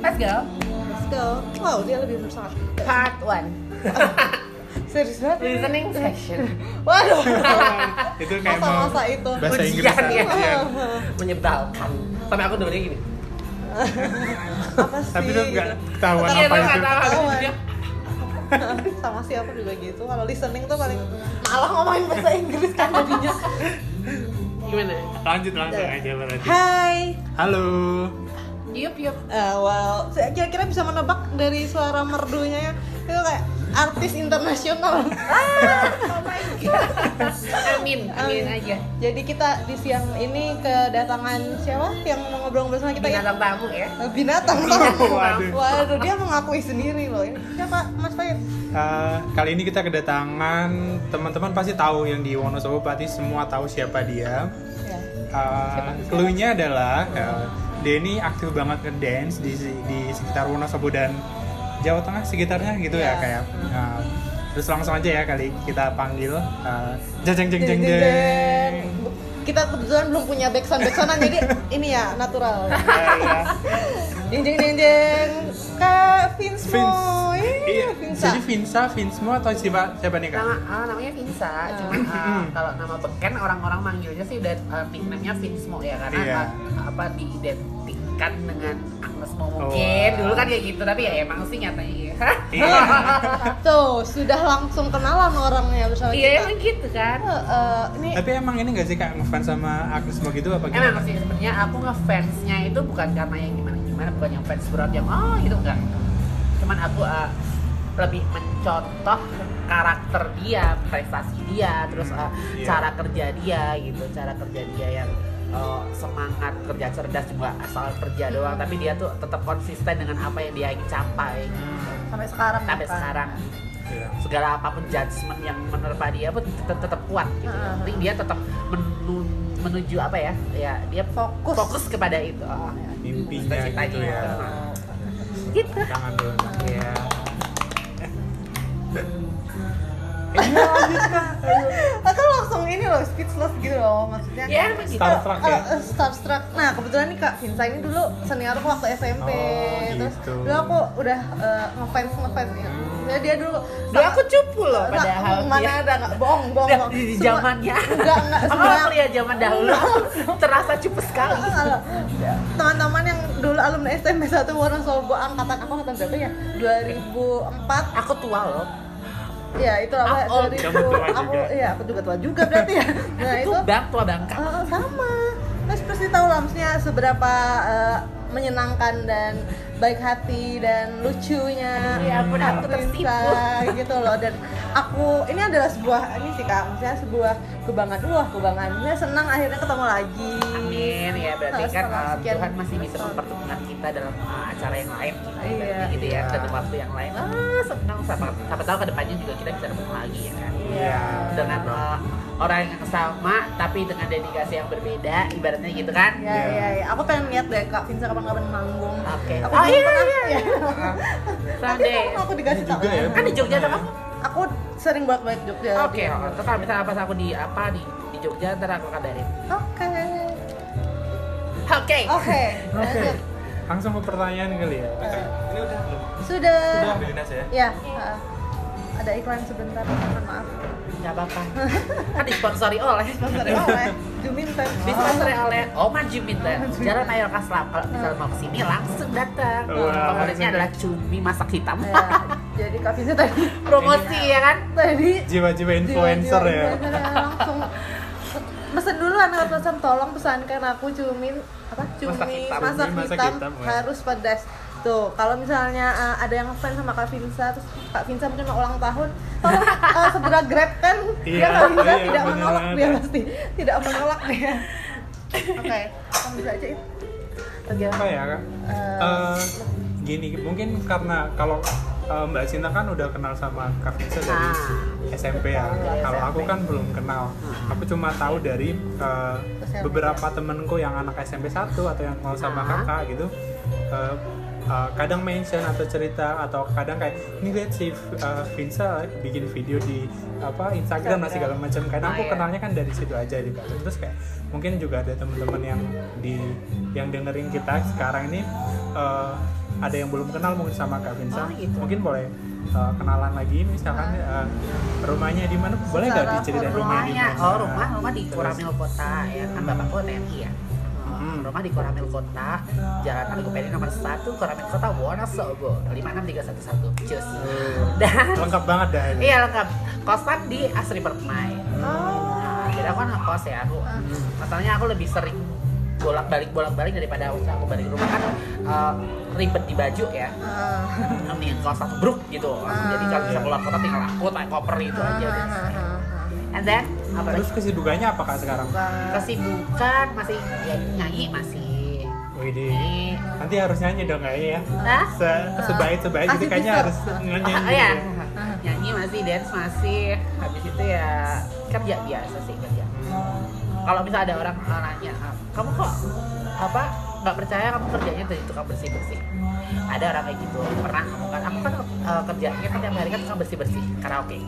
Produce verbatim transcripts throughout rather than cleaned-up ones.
Let's go. Let's go. Wow, dia lebih susah. Part one. Serius banget. Listening section. Waduh. Itu kayak mau Masa-masa itu. bahasa Inggris Ujian ya. aja. Menyebalkan. Sampai aku dengernya gini. Apa sih? Tapi itu nggak ketahuan Iya, apa tuh itu. nggak tahu. Ketahuan. Dia, Sama sih aku juga gitu. Kalau listening tuh paling malah ngomongin bahasa Inggris kan jadinya. Gimana? Lanjut langsung aja berarti. Hai. Halo. Yup yup. Uh, well, saya kira-kira bisa menebak dari suara merdunya ya. Itu kayak artis internasional. Oh my god. Amin, amin aja. Jadi kita di siang ini kedatangan siapa yang mau ngobrol-ngobrol sama kita ya? Binatang tamu ya. Binatang tamu. Waduh. Waduh, dia mengakui sendiri loh. Ini siapa, Mas Fahid? Uh, kali ini kita kedatangan teman-teman pasti tahu yang di Wonosobo, berarti semua tahu siapa dia. Ya. Uh, clue-nya adalah uh, dia ini aktif banget ngedance di di sekitar Wonosobo dan Jawa Tengah sekitarnya gitu ya, Ya. kayak. Uh, terus langsung aja ya kali kita panggil. Uh, jeng jeng jeng jeng Jeng, jeng, jeng. jeng. Kita kebetulan belum punya backsound backsoundan jadi ini ya natural. Ya, ya. Jeng jeng jeng jeng. Kak Vince. Vince. Iya, Iya, Vince. jadi Vinsa, Vinsmo atau siapa siapa nih Kak? Nama ah, namanya Vinsa, cuma ah, kalau nama beken orang-orang manggilnya sih udah uh, nickname-nya Vinsmo ya karena Iya. apa, apa diidentikan dengan Agnes Mo Oh, mungkin. wow. Dulu kan kayak gitu tapi ya emang sih nyatanya ya. Iya. Tuh, sudah langsung kenalan orangnya bersama Iya kita. emang gitu kan. Eh, eh, ini Tapi emang ini nggak sih Kak ngefans sama Agnes Mo gitu apa Emang gimana? sih sebenarnya aku ngefansnya itu bukan karena yang gimana-gimana, bukan yang fans berat yang oh gitu enggak. Cuman aku uh, lebih mencontoh karakter dia, prestasi dia, terus uh, Iya. cara kerja dia gitu, cara kerja dia yang uh, semangat kerja cerdas juga asal kerja doang, tapi dia tuh tetap konsisten dengan apa yang dia ingin capai sampai sekarang sampai kan? sekarang. Iya. Segala apapun judgement yang menerpa dia pun tetap, tetap kuat gitu. Ah. Yang penting dia tetap menu- menuju apa ya? Ya dia Fokus. fokus kepada itu. Oh, Mimpinya cita-citanya gitu ya. itu. Gitu. Jangan dulu. Iya. Iya lanjut Kak. Aku langsung ini loh speechless gitu loh maksudnya. Ya, emang gitu. Starstruck ya? Eh, eh, Starstruck. Nah kebetulan nih Kak Vinsa ini dulu seniorku waktu S M P. Oh, Terus gitu. dulu aku udah uh, ngefans ngefans ya. Ya dia dulu. Dulu aku cupu loh Nah, padahal mana dia. ada nggak bohong bohong. Di, bohong. di Semua- zamannya. Enggak enggak Aku sebenarnya. lihat zaman dahulu aku terasa cupu sekali. Halo. Teman-teman yang dulu alumni S M P satu Wonosobo angkatan aku angkatan berapa ya? dua ribu empat. Aku tua loh. Ya itu apa? Aku- dua ribu Kamu tua aku juga. iya aku juga tua juga berarti ya. Nah Itu itu bang tua bangka. eh, sama. Terus pasti tahu lah maksudnya seberapa eh, menyenangkan dan baik hati dan lucunya. Ya ampun, aku Kak Vinsa, tertipu. gitu loh. Dan aku ini adalah sebuah ini sih Kak, maksudnya sebuah kebanggaan. Wah kebanggaan. Saya senang akhirnya ketemu lagi. Amin ya berarti Nah, kan setelah uh, sekian Tuhan masih bisa tahun. mempertemukan kita dalam uh, acara yang lain gitu, Iya. berarti gitu ya, dan waktu yang lain. Ah senang siapa, siapa tahu kedepannya juga kita bisa ketemu lagi ya kan. Iya. Dengan uh, orang yang sama tapi dengan dedikasi yang berbeda ibaratnya gitu kan. Ya, ya, ya. Aku pengen lihat deh Kak Vinsa kapan-kapan manggung. Oke. Aku Oh belum iya pernah- iya. ya. Someday. Nanti aku dikasih Ini tahu. juga ya. Kan di Jogja tuh kamu? Aku sering bolak-balik Jogja. Oke, oh, terus kalau misalnya pas aku di apa di di Jogja ntar aku kabarin. Oke. Oke. Oke. Oke. Lanjut. Langsung ke pertanyaan kali ya. Ini udah belum? Sudah. Sudah Belinas ya? Ya. uh, ada iklan sebentar. Mohon maaf. Gak apa-apa. Kan disponsori oleh. Sponsor oleh Jumin Teh. Disponsori oleh Oma Jumin Teh. Jalan Mayor Kaslam. Kalau misalnya mau kesini langsung datang. Wah, Favoritnya langsung. adalah cumi masak hitam. Ya, jadi Kak Vinsa tadi Promosi ya kan? tadi Jiwa-jiwa influencer jiwa-jiwa ya. influencer yang langsung pesen dulu anak pesan tolong pesankan aku cumin apa cumi Masak hitam. masak Cumi masak hitam, hitam, ya. harus pedas tuh. Kalau misalnya uh, ada yang fans sama Kak Vinsa terus Kak Vinsa mungkin mau ulang tahun tolong uh, segera grab kan dia Iya, Kak Vinsa iya, tidak bener menolak banget. dia pasti tidak menolak dia. Oke kamu bisa aja itu Apa ya Kak? Eh, Eh, gini, mungkin karena kalau eh, Mbak Sinta kan udah kenal sama Kak Vinsa dari Ah. S M P ya. Dari Kalau S M P. aku kan belum kenal. Aku cuma tahu dari eh, S M P. beberapa temenku yang anak S M P satu atau yang kenal sama Ah. kakak gitu. eh, eh, kadang mention atau cerita atau kadang kayak ini lihat si uh, Vinsa bikin video di apa Instagram dan segala macam. Kadang Ah, aku iya. kenalnya kan dari situ aja juga. Terus kayak mungkin juga ada teman-teman yang di yang dengerin kita sekarang ini uh, ada yang belum kenal mungkin sama Kak Vinsa, Oh, gitu. mungkin boleh uh, kenalan lagi misalkan uh, rumahnya di mana, boleh nggak Secara diceritain rumahnya di Rumahnya, mana? oh rumah rumah di Terus, Koramil Kota ya kan bapakku T N I ya. Hmm. Rumah di Koramil Kota, Jalan Argopedi nomor satu, Koramil Kota, Wonosobo, lima enam tiga satu satu. Cus. uh, Dan lengkap banget dah ini. iya lengkap. Kosan di Asri Permai. Oh. Nah, jadi aku kan ngekos ya aku. Masalahnya aku lebih sering bolak-balik bolak-balik daripada aku aku balik rumah kan uh, ribet di baju ya. Ah. Mendingan kos satu bruk gitu. Jadi kalau bisa keluar kota tinggal angkut naik koper itu aja Ah, deh. ah, ah, ah. And then apa Terus lagi? kesibukannya apa Kak sekarang? Kesibukan masih ya, nyanyi masih. Widih, Ini nanti harus nyanyi dong kayaknya ya. Hah? Se sebaik sebaik gitu Masih kayaknya bisa. harus nyanyi. Oh, iya. Nyanyi masih, dance masih. Habis itu ya kerja biasa sih kerja. Kalau misalnya ada orang uh, nanya, kamu kok apa nggak percaya kamu kerjanya dari tukang bersih bersih? Ada orang kayak gitu. Pernah aku kan, aku kan uh, kerjanya kan tiap hari kan tukang bersih bersih karaoke.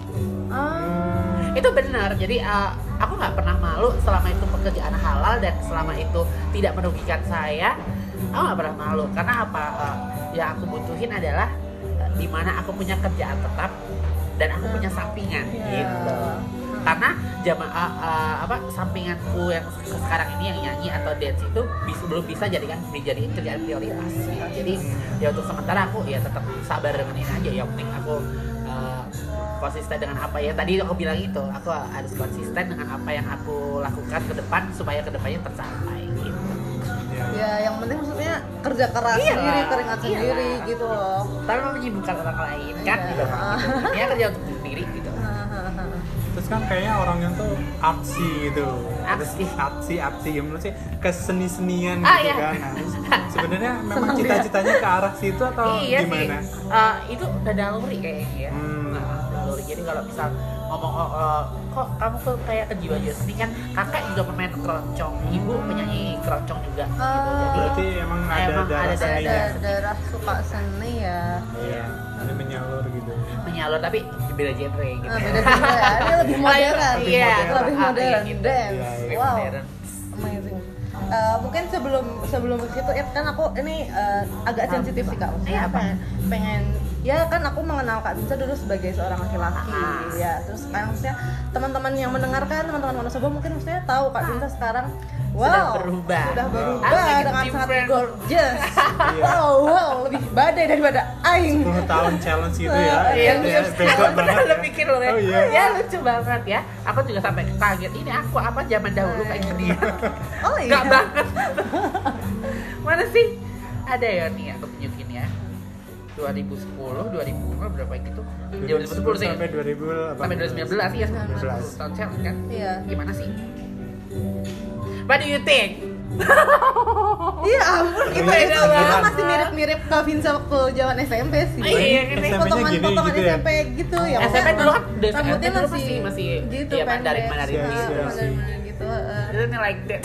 Ah. Itu benar. Jadi uh, aku nggak pernah malu selama itu pekerjaan halal dan selama itu tidak merugikan saya. Aku nggak pernah malu karena apa? Uh, yang aku butuhin adalah uh, di mana aku punya kerjaan tetap dan aku punya sampingan Iya. gitu. Karena jamaah uh, apa sampinganku yang se- sekarang ini yang nyanyi atau dance itu bis- belum bisa jadikan dijadiin kerjaan prioritas. Gitu. Jadi ya untuk sementara aku ya tetap sabar dengan ini aja. Yang penting aku uh, konsisten dengan apa ya tadi aku bilang itu. Aku harus konsisten dengan apa yang aku lakukan ke depan supaya kedepannya tercapai. Gitu. Ya. Ya, yang penting maksudnya kerja keras Iyalah, sendiri, keringat sendiri iyalah. gitu loh. Tapi mau menyibukkan orang lain kan? Iya. Gitu. Ini kerja untuk diri sendiri gitu. Terus kan kayaknya orangnya tuh artsy gitu. Artsy. Terus artsy artsy ya menurut sih keseni-senian Ah, gitu iya. kan. Nah, terus sebenarnya memang Senang dia. cita-citanya ke arah situ atau Iya gimana? sih. Uh, itu udah naluri kayaknya ya. Hmm. Nah, naluri. Jadi kalau misal ngomong oh, uh, kok kamu tuh kayak kejiwa-jiwa seni kan kakak juga pemain keroncong, ibu penyanyi keroncong juga gitu. Jadi Berarti emang ada emang darah ada seninya. Ada darah suka seni ya. Iya, ada menyalur gitu. menyalur tapi beda genre gitu. Ah, beda genre ya. Dia lebih modern. Iya, lebih ah, modern. iya, gitu. Dance. Iya, iya. Wow. Modern. Amazing. Eh, mungkin sebelum sebelum ke situ ya kan aku ini eh, agak sensitif sih Kak. Maksudnya Iya, apa? pengen, pengen ya kan aku mengenal Kak Vinsa dulu sebagai seorang laki-laki Ah. ya. Terus sekarang maksudnya teman-teman yang mendengarkan, teman-teman Wonosobo mungkin maksudnya tahu Kak Vinsa sekarang wow, Sudah berubah. Sudah berubah I'm like dengan sangat different. gorgeous. Iya. Wow, wow, lebih badai daripada aing. sepuluh tahun challenge gitu ya. Iya, Iya, iya. bego banget. Udah ya. pikir loh ya. Oh iya. Ya lucu banget ya. Aku juga sampai kaget ini aku apa zaman dahulu kayak gini ya. Oh iya. Enggak banget. Mana sih? Ada ya nih aku tunjukin ya. dua ribu sepuluh, dua ribu berapa gitu? dua ribu sepuluh sih. sampai dua ribu delapan belas. Sampai dua ribu sembilan belas ya, sembilan belas. sepuluh tahun challenge kan? Iya. Gimana sih? What do you think? Iya ampun, itu Beda itu banget. kita masih mirip-mirip Kak Vinsa waktu zaman S M P sih. Iya, iya, S M P-nya Potongan gini potongan gitu ya. S M P gitu ya. S M P dulu kan udah rambutnya S M P dulu masih masih- masih gitu ya, pendek. Mandarin-Mandarin Nah, gitu. Mandarin-Mandarin gitu. heeh. Itu nih like that.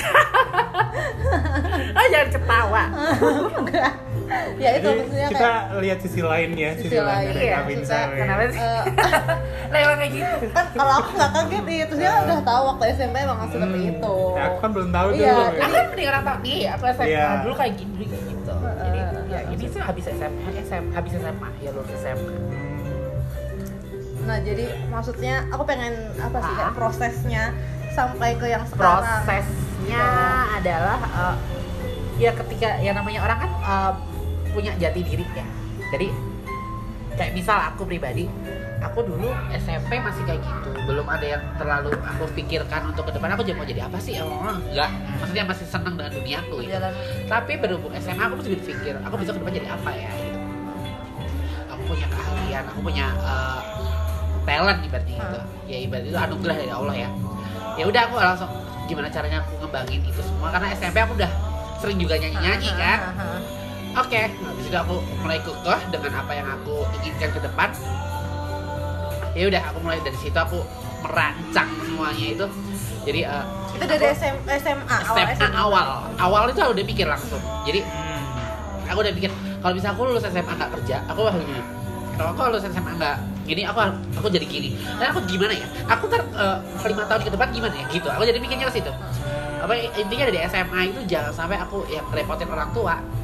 Oh jangan ketawa. Enggak. Ya itu Jadi maksudnya kita kayak lihat sisi lainnya, sisi, Sisi lain lain, dari iya, Kak Vinsa. kita- weh. Kenapa sih? eh, Lah emang kayak gitu. kan kalau aku nggak kaget nih, terus dia udah tahu waktu S M P emang seperti Hmm. itu. Ya, aku kan belum tahu Iya, dulu. jadi- Aku kan mending orang tahu nih, aku S M A Iya. dulu kayak gini dulu kayak gitu. Jadi Uh, ya ini sih habis S M A, S M A habis S M A ya lulus S M A. Nah jadi maksudnya aku pengen apa sih Ah. kayak prosesnya sampai ke yang sekarang. Prosesnya adalah eh, ya ketika ya namanya orang kan eh, punya jati diri ya. Jadi kayak misal aku pribadi, aku dulu S M P masih kayak gitu, belum ada yang terlalu aku pikirkan untuk ke depan aku mau jadi apa sih? Oh, enggak, maksudnya masih senang dengan duniaku gitu. Jalan. Tapi berhubung S M A aku juga berpikir, aku bisa ke depan jadi apa ya gitu. Aku punya keahlian, aku punya eh, talent ibaratnya gitu. Ya ibaratnya itu anugerah dari Allah ya. Ya udah aku langsung gimana caranya aku ngembangin itu semua karena S M P aku udah sering juga nyanyi-nyanyi kan. Oke, habis itu aku mulai kekeh dengan apa yang aku inginkan ke depan. Ya udah, aku mulai dari situ aku merancang semuanya itu. Jadi eh, Itu dari aku- S M S M A awal S M A awal, awal itu aku udah pikir langsung. Jadi Hmm. aku udah pikir kalau bisa aku lulus S M A nggak kerja, aku bakal gini. Kalau aku lulus S M A nggak gini, aku aku jadi gini. Dan aku gimana ya? Aku ntar eh, lima tahun ke depan gimana ya? Gitu. Aku jadi pikirnya ke situ. Apa intinya dari S M A itu jangan sampai aku yang repotin orang tua.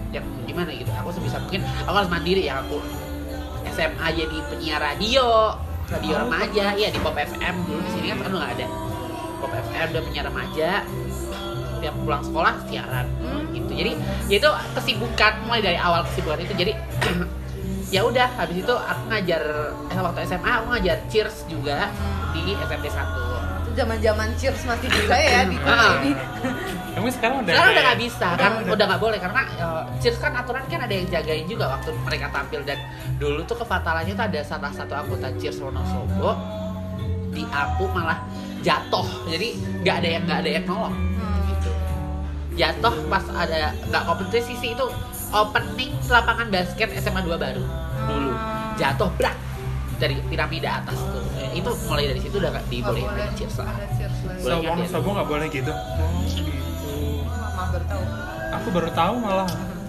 yang gimana gitu. Aku sebisa mungkin aku harus mandiri ya. Aku S M A jadi penyiar radio radio Oh. remaja ya di Pop F M dulu. Di sini kan kan udah nggak ada. Pop F M udah penyiar remaja, tiap pulang sekolah siaran gitu. Jadi ya itu kesibukan, mulai dari awal kesibukan itu. Jadi ya udah habis itu aku ngajar eh, waktu S M A aku ngajar cheers juga di S M P satu. Itu zaman-zaman cheers masih bisa ya di kota Ah. ini. Kamu sekarang udah Sekarang udah kayak- nggak bisa Udah, kan, udah. udah nggak boleh karena uh, cheers kan aturan kan ada yang jagain juga waktu mereka tampil. Dan dulu tuh kefatalannya tuh ada salah satu anggota cheers Wonosobo di Apu malah jatuh, jadi nggak ada yang nggak ada yang nolong gitu. Jatuh pas ada nggak kompetisi sih, itu opening lapangan basket S M A dua baru dulu, jatuh brak dari piramida atas tuh. Eh, itu mulai dari situ udah nggak Nggak dibolehin boleh main cheers lah. ada cheers lagi. Boleh. Sobong, sobong nggak boleh gitu. Oh, gitu. Mama baru tahu. Aku baru tahu malah.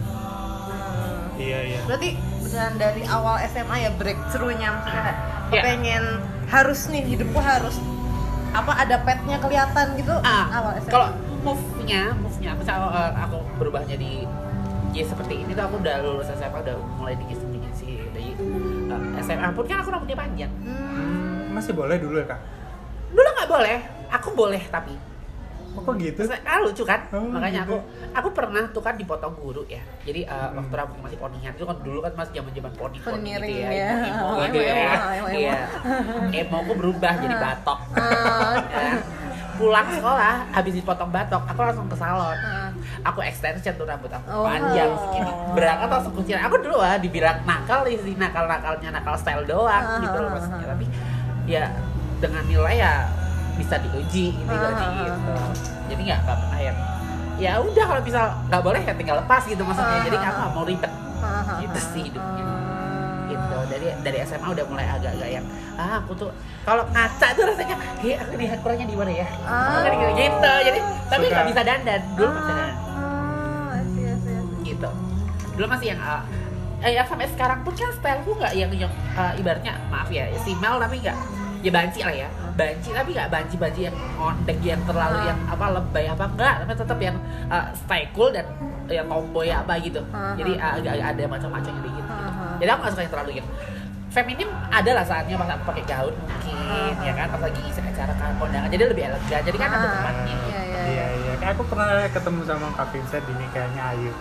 Hmm. Iya iya. Berarti beneran dari awal S M A ya breakthrough-nya maksudnya kayak Iya. pengen harus nih hidupku harus apa ada petnya kelihatan gitu Ah, awal S M A. kalau move-nya, move-nya aku uh, aku berubah jadi ya seperti ini tuh aku udah lulus S M A udah mulai dikis-dikis sih dari uh, S M A pun kan aku rambutnya panjang. Hmm. Masih boleh dulu ya kak? Dulu nggak boleh, aku boleh tapi Oh, kok gitu? terus ah, lucu kan? Oh, Makanya gitu. aku aku pernah tuh kan dipotong guru ya. Jadi uh, waktu rambutnya masih ponian itu kan dulu kan masih zaman-zaman poni poni gitu Miring ya. ya. Emo, Oh, gitu emo, ya. emo, emo, emo. Iya. Emo aku berubah jadi batok. Ah. Ya. Pulang sekolah habis dipotong batok, aku langsung ke salon. Ah. Aku extension tuh rambut aku Oh. panjang segini, berangkat langsung kunciran. Aku dulu ah dibilang nakal sih, nakal nakalnya nakal style doang gitu loh maksudnya. Tapi ya dengan nilai ya bisa diuji gitu berarti gitu. Jadi nggak nggak pernah yang ya udah kalau bisa nggak boleh ya tinggal lepas gitu maksudnya. Jadi aku nggak mau ribet gitu sih hidupnya. Gitu dari dari S M A udah mulai agak-agak yang ah aku tuh kalau ngaca tuh rasanya hei aku nih kurangnya di mana ya. Ah. Aku nih gitu. Jadi tapi Suka. nggak bisa dandan dulu nggak bisa dandan Ah, I see, I see, I see. gitu. Dulu masih yang uh, eh ya sampai sekarang pun kan styleku nggak yang yang uh, ibaratnya maaf ya simel tapi nggak ya banci lah ya banci tapi nggak banci-banci yang ngondek yang terlalu Ah. yang apa lebay apa enggak tapi tetap yang uh, style cool dan yang tomboy apa gitu. Ah, Jadi ah. uh, agak-agak ada macam-macamnya dikit gitu. Ah, ah. Jadi aku nggak suka yang terlalu gitu. Feminim ada lah saatnya pas aku pakai gaun mungkin Ah, ya kan pas lagi isi acara kan kondangan jadi lebih elegan jadi kan ada Ah, tempatnya. iya, iya, Iya iya. Kayak aku pernah ketemu sama Kak Vincent di nikahnya Ayu.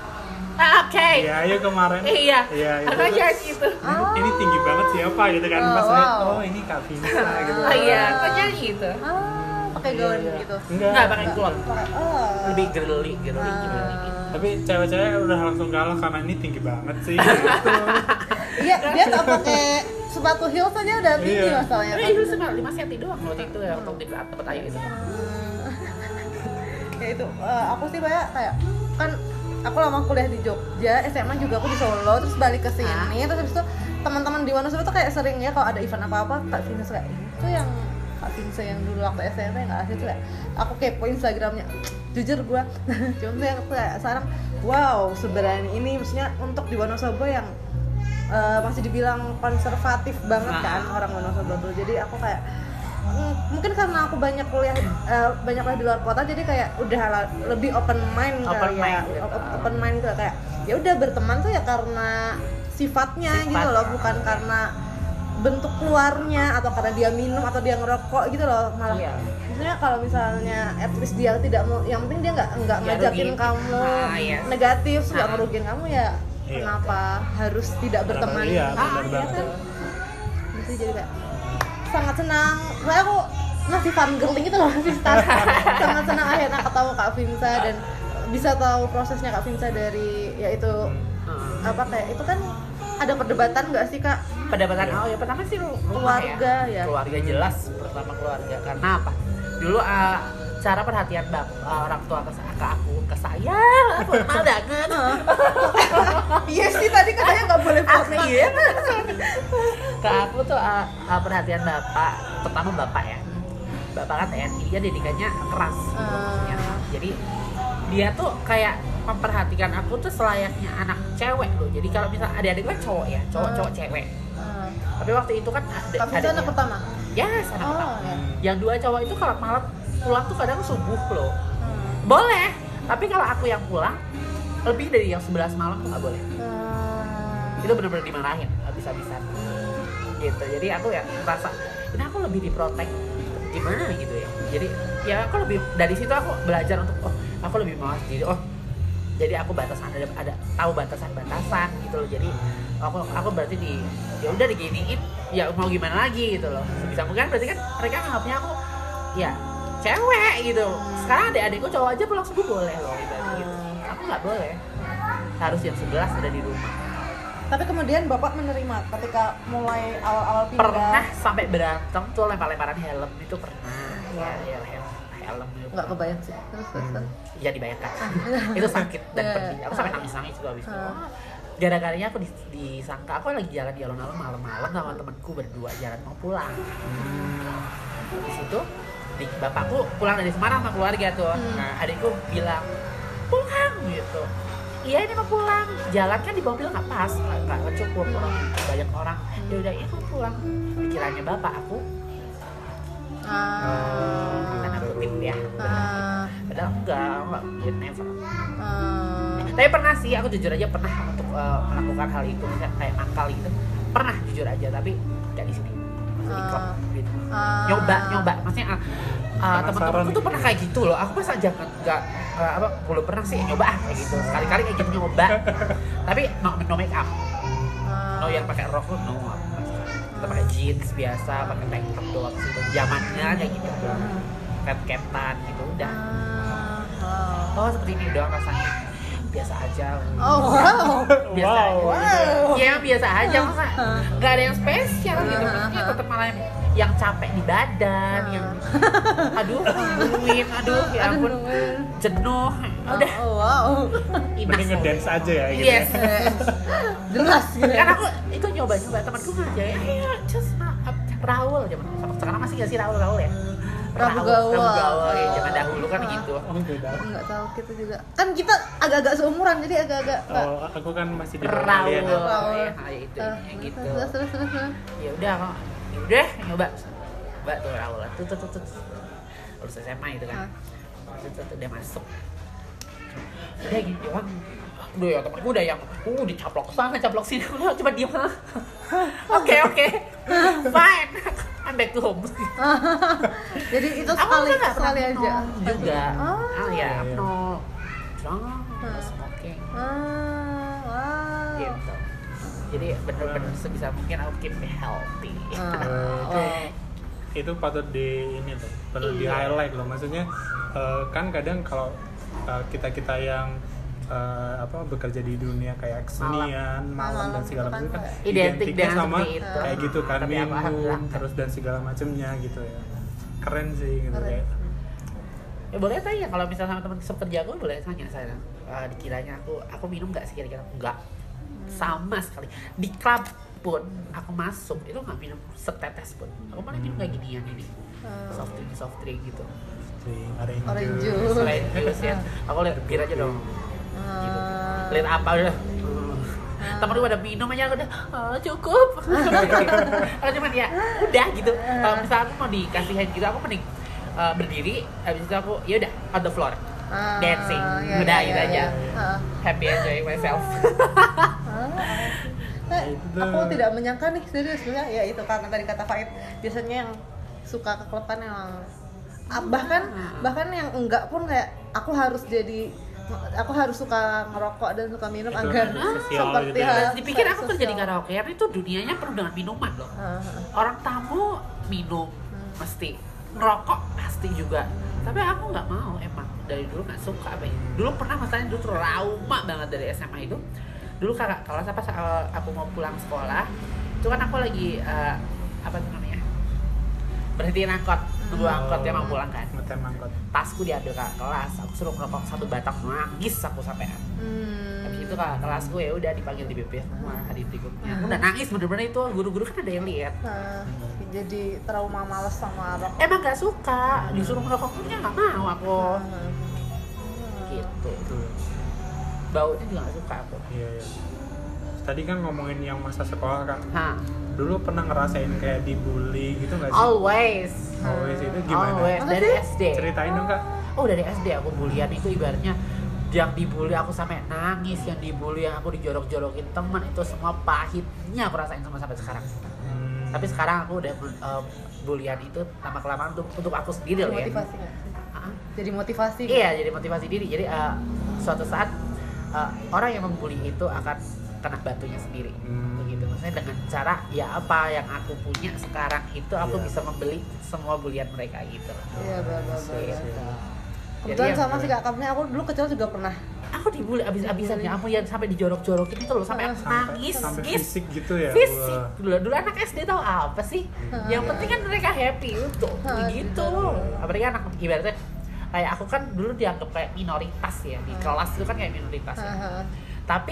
Ah, Oke. Iya Ayu kemarin. Iya. Iya itu. Aku aja gitu. Ini, ini tinggi banget siapa gitu kan Oh, pas lihat wow. oh ini Kak Vincent gitu. Oh iya, aku nyanyi gitu. Ah, pakai Iya, gaun iya. gitu. Enggak. Enggak pakai kulon. Oh. Lebih girly, girly, Ah. girly gitu. Tapi cewek-cewek udah langsung kalah karena ini tinggi banget sih. Gitu. Iya, dia nggak pakai sepatu heels aja udah tinggi Iya. masalahnya. Tapi itu cuma lima senti doang waktu itu ya waktu di tempat ayu itu. Ya itu eh, aku sih kayak kayak kan aku lama kuliah di Jogja, S M A juga aku di Solo, terus balik ke sini, terus habis itu teman-teman di Wonosobo tuh kayak sering ya kalau ada event apa-apa Kak Vince kayak itu yang Kak Vince yang dulu waktu S M P nggak asli tuh kayak aku kepo Instagramnya, jujur gue, cuma tuh yang kayak sekarang wow seberani ini maksudnya untuk di Wonosobo yang eh, masih dibilang konservatif banget kan orang Wonosobo tuh, jadi aku kayak mm, mungkin karena aku banyak kuliah eh, banyak kuliah di luar kota jadi kayak udah la- lebih open mind Open kali mind, ya gitu. Op- open mind gitu kayak ya udah berteman tuh ya karena sifatnya Sifat. gitu loh bukan karena bentuk keluarnya atau karena dia minum atau dia ngerokok gitu loh malah Iya. maksudnya kalau misalnya at least dia tidak mau yang penting dia nggak nggak Nggak ngajakin rugiin. kamu Ah, iya. negatif nggak Ah. ngerugiin kamu ya Iya. kenapa harus tidak berteman Iya, Ah, benar iya banget. kan. gitu jadi kayak sangat senang saya aku masih fangirling gitu loh masih start sangat senang akhirnya ketemu Kak Vinsa dan bisa tahu prosesnya Kak Vinsa dari yaitu Hmm. apa kayak itu kan ada perdebatan nggak sih Kak Pendapatan awal ya pertama sih ru- rumah Keluarga, ya. Keluarga jelas pertama keluarga karena apa? Dulu uh, cara perhatian bap uh, orang tua ke, ke aku ke saya formal banget. iya sih tadi katanya nggak boleh formal Iya. Ke aku tuh uh, uh, perhatian bapak, pertama bapak ya. Bapak kan T N I, dia didikannya keras gitu Ah. maksudnya. Jadi dia tuh kayak memperhatikan aku tuh selayaknya anak cewek loh. Jadi kalau misal adik-adik kan cowok ya, cowok-cowok cewek. Ah. Tapi waktu itu kan ada Kak Vinsa ada anak dia. pertama Ya, anak oh pertama. ya Yang dua cowok itu kalau malam pulang tuh kadang subuh loh. Hmm. Boleh, tapi kalau aku yang pulang lebih dari yang sebelas malam tuh nggak boleh. Hmm. Itu benar-benar dimarahin habis-habisan gitu. Jadi aku ya merasa ini aku lebih diprotek gimana gitu ya. Jadi ya aku lebih dari situ aku belajar untuk oh aku lebih mawas diri. Oh jadi aku batasan ada ada tahu batasan-batasan gitu loh. Jadi aku aku berarti di ya udah diginiin ya mau gimana lagi gitu loh. Sebisa mungkin berarti kan mereka nganggapnya aku ya cewek gitu. Sekarang adik-adikku cowok aja pulang subuh boleh loh gitu. Aku nggak boleh. Harus jam sebelas ada di rumah. Tapi kemudian bapak menerima ketika mulai awal-awal pindah. Pernah sampai berantem tuh lempar-lemparan helm itu pernah. Ya, ya helm, helm itu. Nggak kebayang sih. Terus terus. terus. Ya dibayangkan. Itu sakit dan Yeah. pedih. Aku sampai nangis-nangis juga habis itu. Hmm. Gara-garanya aku dis- disangka aku lagi jalan di alun-alun malam-malam sama temanku berdua jalan mau pulang. Di situ di, bapakku pulang dari Semarang sama keluarga tuh. Hmm. Nah, adikku bilang pulang gitu. Iya ini mau pulang, jalan kan di mobil nggak pas, nggak nggak cukup orang banyak orang. Ya udah ini mau pulang. Dikiranya bapak aku, Ah. karena kutip ya. Ah. Padahal enggak, enggak, ya never. Ah. Tapi pernah sih, aku jujur aja pernah untuk uh, melakukan hal itu, misalnya kayak nakal gitu. Pernah jujur aja, tapi nggak di sini, di klub gitu. Ah. Nyoba, nyoba, maksudnya uh, uh, teman-temanku tuh gitu. pernah kayak gitu loh. Aku masa jangan nggak uh, apa belum pernah sih nyoba ah, kayak gitu. Sekali-kali kayak gitu nyoba. Tapi no, no make up, no yang pakai rok tuh no. Kita pakai jeans biasa, pakai tank top doang sih. Zamannya kayak gitu, cat-catan gitu udah. Ah. Oh seperti ini doang rasanya. Biasa aja. Oh wow. Biasa Wow. aja. Wow. Ya biasa aja masa nggak ada yang spesial gitu. Maksudnya tetap malah yang, yang capek di badan, yang aduh nungguin, aduh ya Aduh, ampun nungguin. jenuh. Udah Oh wow. enough. Mending ngedance aja ya gitu. Yes. Jelas gitu. Kan aku itu nyoba-nyoba temanku ngajakin, ayo just uh, Raul zaman sekarang masih nggak sih Raul Raul ya? Rabu Gaul. Rabu Gaul ya zaman dahulu kan gitu. Oh, beda. Enggak tahu kita juga. Kan kita agak-agak seumuran jadi agak-agak Pak. Oh, aku kan masih di bawah Raul, kalian. Raul. ya, ya itu Ah, yang gitu. Terus terus terus. terus. Ya udah, kok. Ya udah nyoba, coba tuh Raul, tuh tuh tuh tuh, lulus S M A itu kan, tuh tuh tuh dia masuk, udah gitu kan, udah ya temanku udah yang, uh dicaplok sana, caplok sini, udah coba diem, oke oke, fine, I'm back to home. Jadi itu Aku sekali kan nggak pernah sekali aja. minum juga, Oh. ah ya, Iya. no, drunk, Hmm. smoking, Ah, wow. gitu. Jadi bener-bener sebisa mungkin aku keep me healthy. Ah, itu oh. itu patut di ini tuh patut di Iya. highlight loh, maksudnya eh, kan kadang kalau kita kita yang eh, apa bekerja di dunia kayak kesenian malam, Malam dan segala itu kan macam kan kayak- Identik identiknya dengan sama seperti itu. kayak gitu kan, Tapi aku minum alhamdulillah. terus dan segala macamnya gitu ya, keren sih gitu Keren. kayak. Ya boleh tanya kalau misalnya sama teman kerja aku boleh tanya saya. Uh, dikiranya aku aku minum nggak sih kira-kira? Enggak. Sama sekali. Di klub pun aku masuk itu nggak minum setetes pun. Aku malah minum kayak ginian ini. Hmm. Soft drink, soft drink gitu. Drink, orange Orange juice. juice. Selain jus ya. Aku lihat bir aja dong. Gitu. Ah. Lihat apa udah. Temen gue udah minum aja aku udah oh, cukup. Kalau cuman ya udah gitu. Kalau misalnya aku mau dikasihin gitu aku mending uh, berdiri habis itu aku ya udah on the floor. Ah, Dancing. ya, Udah, ya, gitu ya, aja. ya. Ah. Happy enjoying myself. Eh, Itu. aku tidak menyangka nih serius sebenarnya ya itu karena tadi kata Faid biasanya yang suka ke klub kan yang ah, bahkan bahkan yang enggak pun kayak aku harus jadi aku harus suka ngerokok dan suka minum Itu agar sosial seperti gitu ya. hal Dipikir aku kerja di sosial. karaokean itu dunianya penuh dengan minuman loh. Ah, ah. Orang tamu minum mesti, ngerokok pasti juga. Tapi aku nggak mau emang dari dulu nggak suka apa ya. Dulu pernah masalahnya dulu trauma banget dari S M A itu. Dulu kakak kelas apa saat aku mau pulang sekolah, itu kan aku lagi uh, apa tuh namanya berhenti angkot, tunggu angkot dia mau pulang kan. Ngetem angkot. Tasku diambil kakak kelas, aku suruh ngerokok satu batang, nangis aku sampai. Hmm. Habis itu kakak kelasku ya udah dipanggil di B P semua hari berikutnya. Aku udah nangis bener-bener itu, guru-guru kan ada yang lihat. Ah, jadi trauma males sama rokok. Emang gak suka, disuruh ngerokok punya gak mau aku. Ah. Gitu. Itu. Baunya juga gak suka aku. Iya, iya. Tadi kan ngomongin yang masa sekolah kan. Hah. Dulu pernah ngerasain kayak dibully gitu nggak sih? Always. Always itu gimana? Always Masa dari sih? S D. Ceritain dong Kak. Oh dari S D aku bulian itu ibaratnya yang dibully aku sampai nangis, yang dibully yang aku dijorok-jorokin teman, itu semua pahitnya aku rasain sama sampai sekarang. Hmm. Tapi sekarang aku udah uh, bulian itu lama kelamaan untuk untuk aku sendiri loh ya. Motivasi nggak sih? Hah? Jadi motivasi. Iya, jadi motivasi diri. Jadi uh, suatu saat uh, orang yang membuli itu akan kena batunya sendiri. Hmm. Begitu. Maksudnya dengan cara ya apa yang aku punya sekarang itu aku Iya. bisa membeli semua bulian mereka gitu. Iya, benar Iya. benar. Jadi Kebetulan ya, sama sih kakaknya, aku dulu kecil juga pernah. aku dibully abis-abisan ya, aku yang sampai dijorok-jorokin itu loh, sampai aku Sampai, nangis, sampai gis. fisik gitu ya. Fisik. Wah. Dulu dulu anak S D tahu apa sih? Hmm. Yang penting kan mereka happy untuk Hmm, begitu. betul. Apalagi anak ibaratnya kayak aku kan dulu dianggap kayak minoritas ya di Hmm. kelas itu kan kayak minoritas ya. Haha. Tapi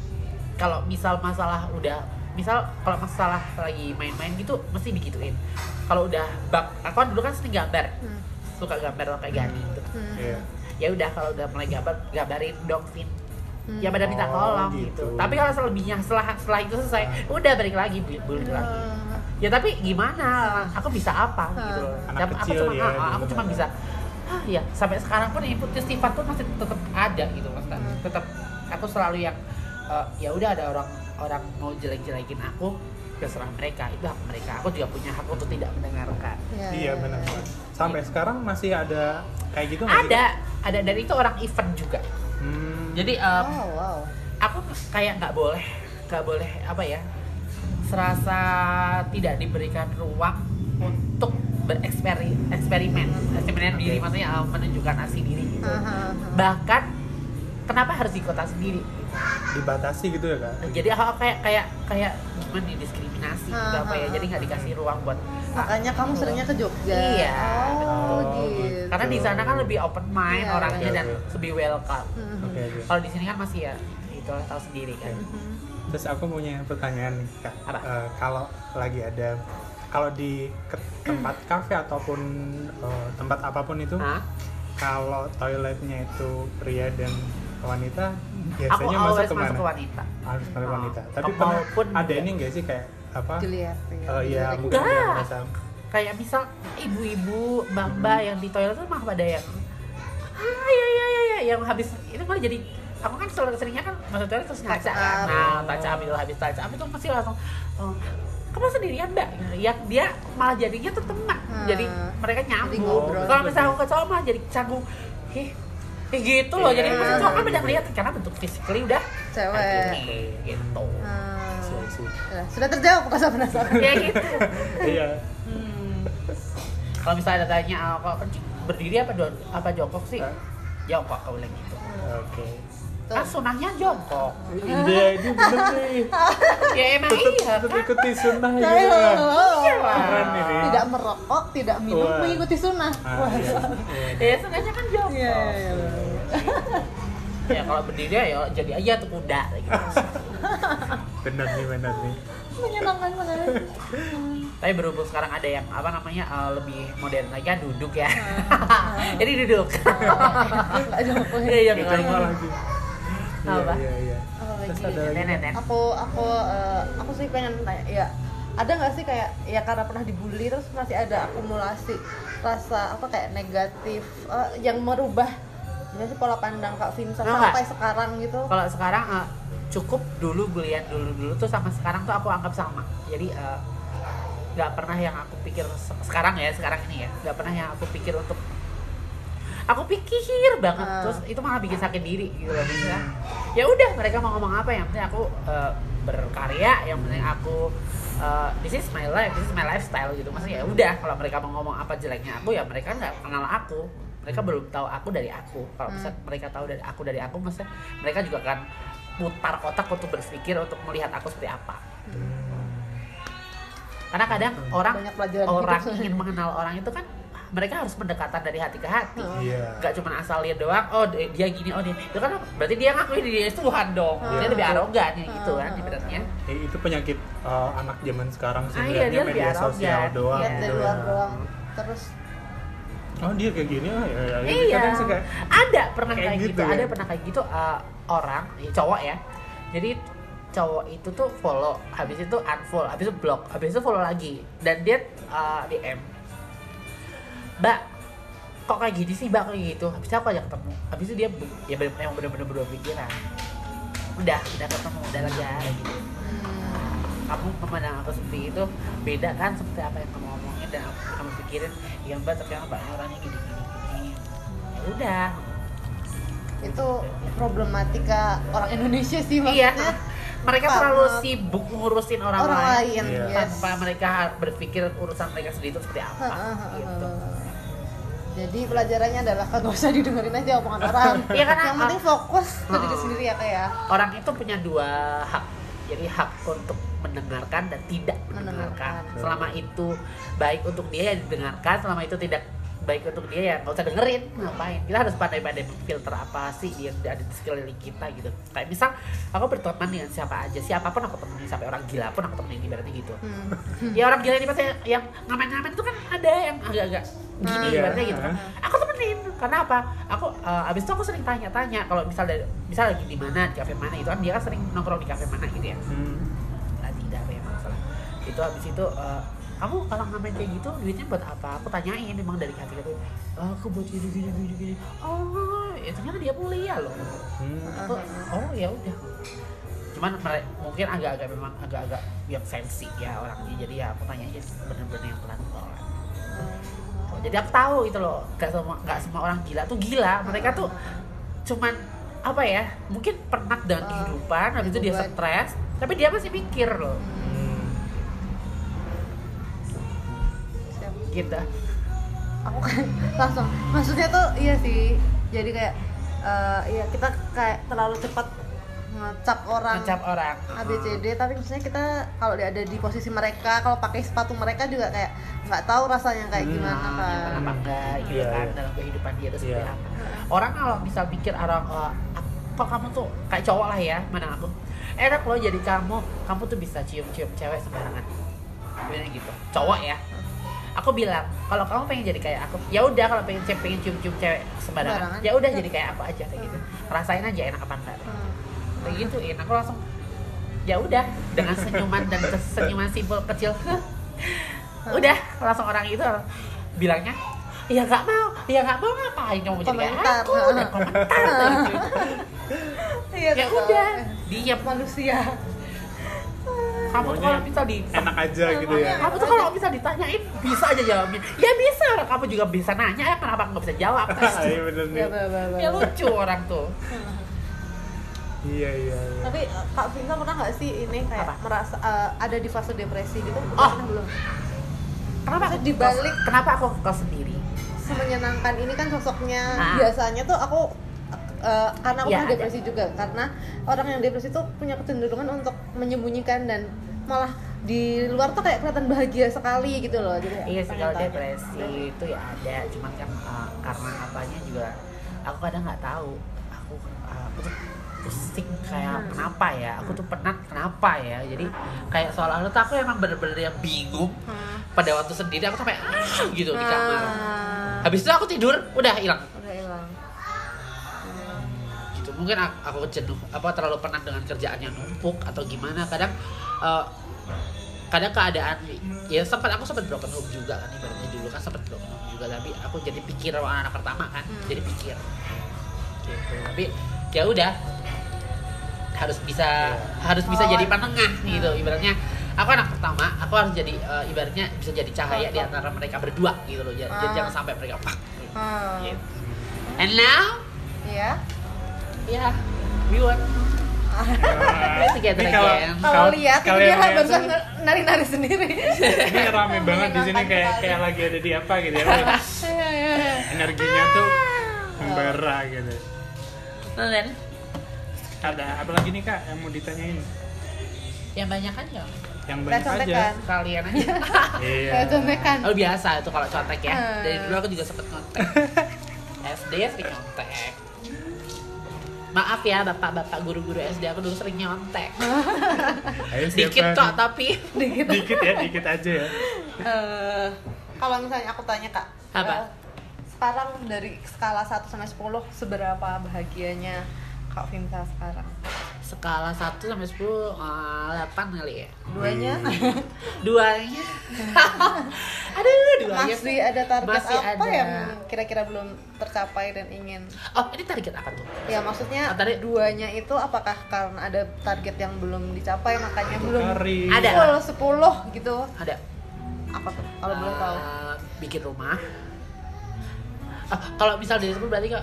kalau misal masalah udah misal kalau masalah lagi main-main gitu mesti digituin. Kalau udah bak, aku kan dulu kan sering gambar, Hmm. suka gambar kayak Gani gitu. Hmm. Iya. Ya udah kalau udah mulai gambar, gambarin dong Vin. Hmm. Ya pada minta Oh, tolong gitu. gitu. Tapi kalau selebihnya setelah setelah itu selesai, udah balik lagi bully bully lagi. Hmm. Ya tapi gimana? Aku bisa apa gitu loh. Anak Dan aku kecil cuma ya, ah, gitu aku cuma kan. bisa ah ya sampai sekarang pun input sifat tuh masih tetap ada gitu Mas. Hmm. Tetap aku selalu yang eh, ya udah ada orang orang mau jelek-jelekin aku, terserah mereka, itu hak mereka. Aku juga punya hak untuk tidak mendengarkan. Ya, Iya ya, benar. ya. Sampai sekarang masih ada kayak gitu nggak sih, Ada, ada dan itu orang event juga. Kak? Hmm. Jadi em, Oh, wow. aku kayak nggak boleh nggak boleh apa ya, serasa tidak diberikan ruang untuk bereksperimen eksperimen eksperimen diri, Oke. maksudnya uh, menunjukkan asli diri gitu. Haha. Bahkan kenapa harus di kota sendiri, Dibatasi gitu ya, Kak? jadi aku kayak kayak kayak gimana didiskriminasi gitu apa ya, jadi nggak dikasih ruang buat Makanya kamu seringnya ke Jogja. Iya, Oh, betul. gitu. karena di sana kan lebih open mind Iya, orangnya iya, dan iya. lebih welcome. Mhm. Oke, oke. Kalau di sini kan masih ya itu tahu sendiri kan. Mhm. Terus aku punya pertanyaan nih, Kak. Apa? Eh, kalau lagi ada kalau di ke- tempat kafe ataupun eh, tempat apapun itu, Hah? kalau toiletnya itu pria dan wanita, Aku biasanya masuk always ke masuk mana? ke wanita. Harus masuk Oh. wanita. Tapi pernah Maupun ada enggak. ini nggak sih kayak apa? Juliet. Eh, ya Juliet. mungkin Enggak. yang merasa Kayak misal ibu-ibu, mbak-mbak yang di toilet tuh mah pada yang ah ya ya ya ya yang habis itu malah jadi aku kan selalu seringnya kan masuk toilet terus ngaca kan. Touch up. Nah, touch up itu habis touch up itu pasti langsung oh, kamu sendirian mbak? Ya dia malah jadinya tuh teman. Hmm. Jadi mereka Jadi nyambung. ngobrol. Kalau misalnya aku ke cowok malah jadi canggung. Ih, kayak gitu loh. Jadi Iya. maksudnya cowok kan beda ngeliat karena bentuk physically udah Cewek. kayak gini, gitu. Hmm. Iya sih. Ya, sudah terjawab rasa penasaran. Kayak gitu. Iya. Hmm. Kalau misalnya ada tanya ah, kok kencing berdiri apa do- apa jongkok sih? Hah? Jongkok kau bilang gitu. Oke. Tuh. Kan sunahnya jongkok. Iya, ini bener nih. Ya emang Tetap, iya tetap kan. ikuti sunnah Iya, juga. Iya lah. Keren ini. Tidak merokok, tidak minum, Wah. mengikuti sunnah. Ah, Wah. iya. Iya. Ya sunahnya kan jongkok. Iya, iya, iya. Ya kalau berdiri ya jadi aja tuh kuda gitu. Bener nih, bener nih. Menyenangkan sekali. Tapi berhubung sekarang ada yang apa namanya eh, lebih modern lagi kan duduk ya. Ah. Jadi duduk. Enggak jongkok. Iya iya Kita iya. mau lagi. Iya, Apa? iya, iya. Apa lagi? Terus ada lagi. Nenek, nenek. Aku aku eh, aku sih pengen tanya ya, ada nggak sih kayak ya karena pernah dibully terus masih ada akumulasi rasa apa kayak negatif eh, yang merubah gimana sih pola pandang Kak Vinsa Enggak. sampai sekarang gitu? Kalau sekarang eh, cukup dulu bulian dulu dulu tuh sama sekarang tuh aku anggap sama. Jadi eh, nggak pernah yang aku pikir se- sekarang ya sekarang ini ya nggak pernah yang aku pikir untuk aku pikir banget Ah. terus itu malah bikin sakit diri gitu loh misalnya. Ya udah mereka mau ngomong apa yang penting aku eh, berkarya, yang penting aku eh, this is my life, this is my lifestyle gitu. Maksudnya ya udah kalau mereka mau ngomong apa jeleknya aku ya mereka nggak kenal aku. Mereka belum tahu aku dari aku. Kalau Hmm. misalnya mereka tahu dari aku dari aku, maksudnya mereka juga akan putar otak untuk berpikir untuk melihat aku seperti apa. Karena kadang orang Banyak pelajaran orang hidup. ingin mengenal orang itu kan mereka harus pendekatan dari hati ke hati. Hmm. Iya. Gak cuma asal lihat doang, oh dia dia gini, oh dia itu kan berarti dia ngakuin dia itu Tuhan dong. Hmm. Dia lebih arogan ya gitu kan Hmm. ibaratnya. Eh, itu penyakit eh, anak zaman sekarang sih, Ah, iya, lihatnya dia lebih media arogan. sosial doang Iya. Lihat dari gitu. luar doang. Terus Oh dia kayak gini, oh ya, ya. Iya. Kadang suka Ada pernah Kayak kayak, gitu gitu, kan? ada pernah kayak gitu uh, orang, ya, cowok ya. Jadi cowok itu tuh follow, habis itu unfollow, habis itu block, habis itu follow lagi, dan dia uh, D M, Mbak, kok kayak gini sih bang kayak gitu. Habis itu aku ajak ketemu, habis itu dia ya bener, emang bener-bener berubah pikiran. Udah, udah ketemu, udah lega gitu. Hmm. Kamu memandang aku seperti itu beda kan seperti apa yang kamu omongin dan aku, kamu pikirin ya mbak ternyata mbaknya orangnya gini gini gini. Ya udah. Itu problematika orang Indonesia sih Iya. maksudnya. Mereka Pak, terlalu maaf. sibuk ngurusin orang, Orang lain, lain, Iya. yes. tanpa mereka berpikir urusan mereka sendiri itu seperti apa gitu. Jadi pelajarannya adalah kan nggak usah didengerin aja omongan orang. Iya, karena- yang penting fokus ke diri Hmm. sendiri ya kayak. Orang itu punya dua hak. Jadi hak untuk mendengarkan dan tidak mendengarkan. Mendengarkan. Selama itu baik untuk dia ya didengarkan, selama itu tidak baik untuk dia ya nggak usah dengerin. Ngapain? Kita harus pandai-pandai filter apa sih yang ada di sekeliling kita gitu. Kayak misal aku berteman dengan siapa aja, siapapun aku temenin, sampai orang gila pun aku temenin ibaratnya gitu. Hmm. Ya orang gila ini pasti yang ngamen-ngamen itu kan ada yang agak-agak gini Iya. ibaratnya gitu. Aku temenin karena apa? Aku uh, abis itu aku sering tanya-tanya kalau misal dari misal lagi di mana di kafe mana itu kan dia kan sering nongkrong di kafe mana gitu ya. Hmm. Lah tidak apa ya masalah. Itu abis itu uh, kamu kalau ngamen kayak gitu duitnya buat apa? Aku tanyain emang dari hati gitu. Oh, aku buat gini gini gini gini. Oh, ya ternyata dia mulia loh. Hmm. Aku, oh ya udah. Cuman mere- mungkin agak-agak memang agak-agak yang sensi ya orangnya. Jadi ya aku tanya aja bener-bener yang pelan-pelan. Oh, jadi aku tahu itu loh, gak semua gak semua orang gila tuh gila. Mereka tuh cuman apa ya? Mungkin penat dengan Oh, kehidupan, habis itu dia beban. stres, tapi dia masih mikir loh. Hmm. Siap. Gitu. Aku kan langsung maksudnya tuh iya sih. Jadi kayak eh iya kita kayak terlalu cepat ngecap orang Ngecap orang. A B C D, tapi maksudnya kita kalau dia ada di posisi mereka, kalau pakai sepatu mereka juga kayak nggak tahu rasanya kayak Hmm. gimana Nah, nyaman kan. apa enggak gitu Iya, kan iya. dalam kehidupan dia itu seperti Iya. apa. Orang kalau misal pikir orang oh, kok kamu tuh kayak cowok lah ya, mana aku enak loh jadi kamu, kamu tuh bisa cium-cium cewek sembarangan. Bilang gitu. Cowok ya. Aku bilang, kalau kamu pengen jadi kayak aku, ya udah kalau pengen pengen cium-cium cewek sembarangan, Sembarangan. ya udah jadi kayak aku aja kayak gitu. Rasain aja enak apa enggak. Hmm. Kayak gituin, aku langsung ya udah dengan senyuman dan senyuman simpel kecil. Udah, langsung orang itu bilangnya ya nggak mau, ya nggak mau ngapain kamu jadi kayak Komentar. aku, dan komentar kayak gitu. Iya, Ya betul. udah, diam. Manusia. Kamu tuh Maunya kalau bisa di enak aja gitu ya. kamu tuh kalau bisa ditanyain bisa aja jawabnya. Ya bisa, kamu juga bisa nanya ya kenapa nggak bisa jawab? Iya bener nih. Iya, betul. Ya lucu orang tuh. Iya iya. iya. Tapi eh, Kak Vinta pernah nggak sih ini kayak Apa? merasa eh, ada di fase depresi gitu? Oh. Pernah belum? Kenapa aku Maksudnya dibalik- kenapa aku kok sendiri? Semenyenangkan ini kan sosoknya Ah. biasanya tuh aku eh, karena aku Iya, pernah ada. depresi juga, karena orang yang depresi tuh punya kecenderungan untuk menyembunyikan dan malah di luar tuh kayak kelihatan bahagia sekali gitu loh. Jadi Iya sih kalau pengen tanya. depresi itu ya ada, cuman kan uh, karena apanya juga aku kadang nggak tahu. Aku uh, aku tuh pusing kayak Hmm. kenapa ya? Aku tuh penat kenapa ya? Jadi kayak seolah-olah tuh aku emang bener-bener yang bingung. Hmm. Pada waktu sendiri aku sampai ah, gitu di kamar. Ah, Habis itu aku tidur, udah hilang. udah hilang. Gitu. Mungkin aku, aku jenuh apa terlalu penat dengan kerjaan yang numpuk atau gimana. Kadang uh, kadang keadaan ya sempat aku sempat broken home juga kan ibaratnya dulu kan sempat broken home juga, tapi aku jadi pikir sama anak pertama kan Hmm. jadi pikir gitu. Tapi ya udah harus bisa harus bisa Oh. jadi penengah gitu ibaratnya. Aku anak pertama, aku harus jadi uh, ibaratnya bisa jadi cahaya di antara mereka berdua gitu loh. Jadi Ah. jangan sampai mereka pak gitu. Hmm. Gitu. And now Iya. ya we want Wah, together ini kalau- again. Kalau lihat itu kalian dia lihat barusan tuh, nari-nari sendiri. ini rame banget di sini kayak Menyenangkan kayak lagi ada di apa gitu ya. Iya, iya, iya. Energinya tuh membara gitu. Dan Ada apa lagi nih Kak yang mau ditanyain? yang banyak kan ya Yang Kita banyak aja. contekan. kalian aja. Iya. Kayak contekan. Oh biasa itu kalau contek ya. Hmm. Dari dulu aku juga sempet contek. S D sering nyontek. Maaf ya bapak-bapak guru-guru S D aku dulu sering nyontek. Ayo, siapa Dikit nih? kok tapi Dikit. Dikit ya, dikit aja ya. Eh, kalau misalnya aku tanya Kak, Apa? eh, sekarang dari skala satu sampai sepuluh seberapa bahagianya Kak Vinta sekarang? skala satu sampai sepuluh, uh, delapan kali ya. Duanya Duanya. Aduh, duanya. masih ada target Masih apa ada. yang kira-kira belum tercapai dan ingin? Oh, ini target apa tuh? Ya maksudnya Oh, tadi- duanya itu apakah karena ada target yang belum dicapai makanya belum Karir. Ada. full sepuluh gitu? Ada. Apa tuh? Kalau boleh tahu. Uh, bikin rumah. Oh, kalau misal dari sepuluh berarti kok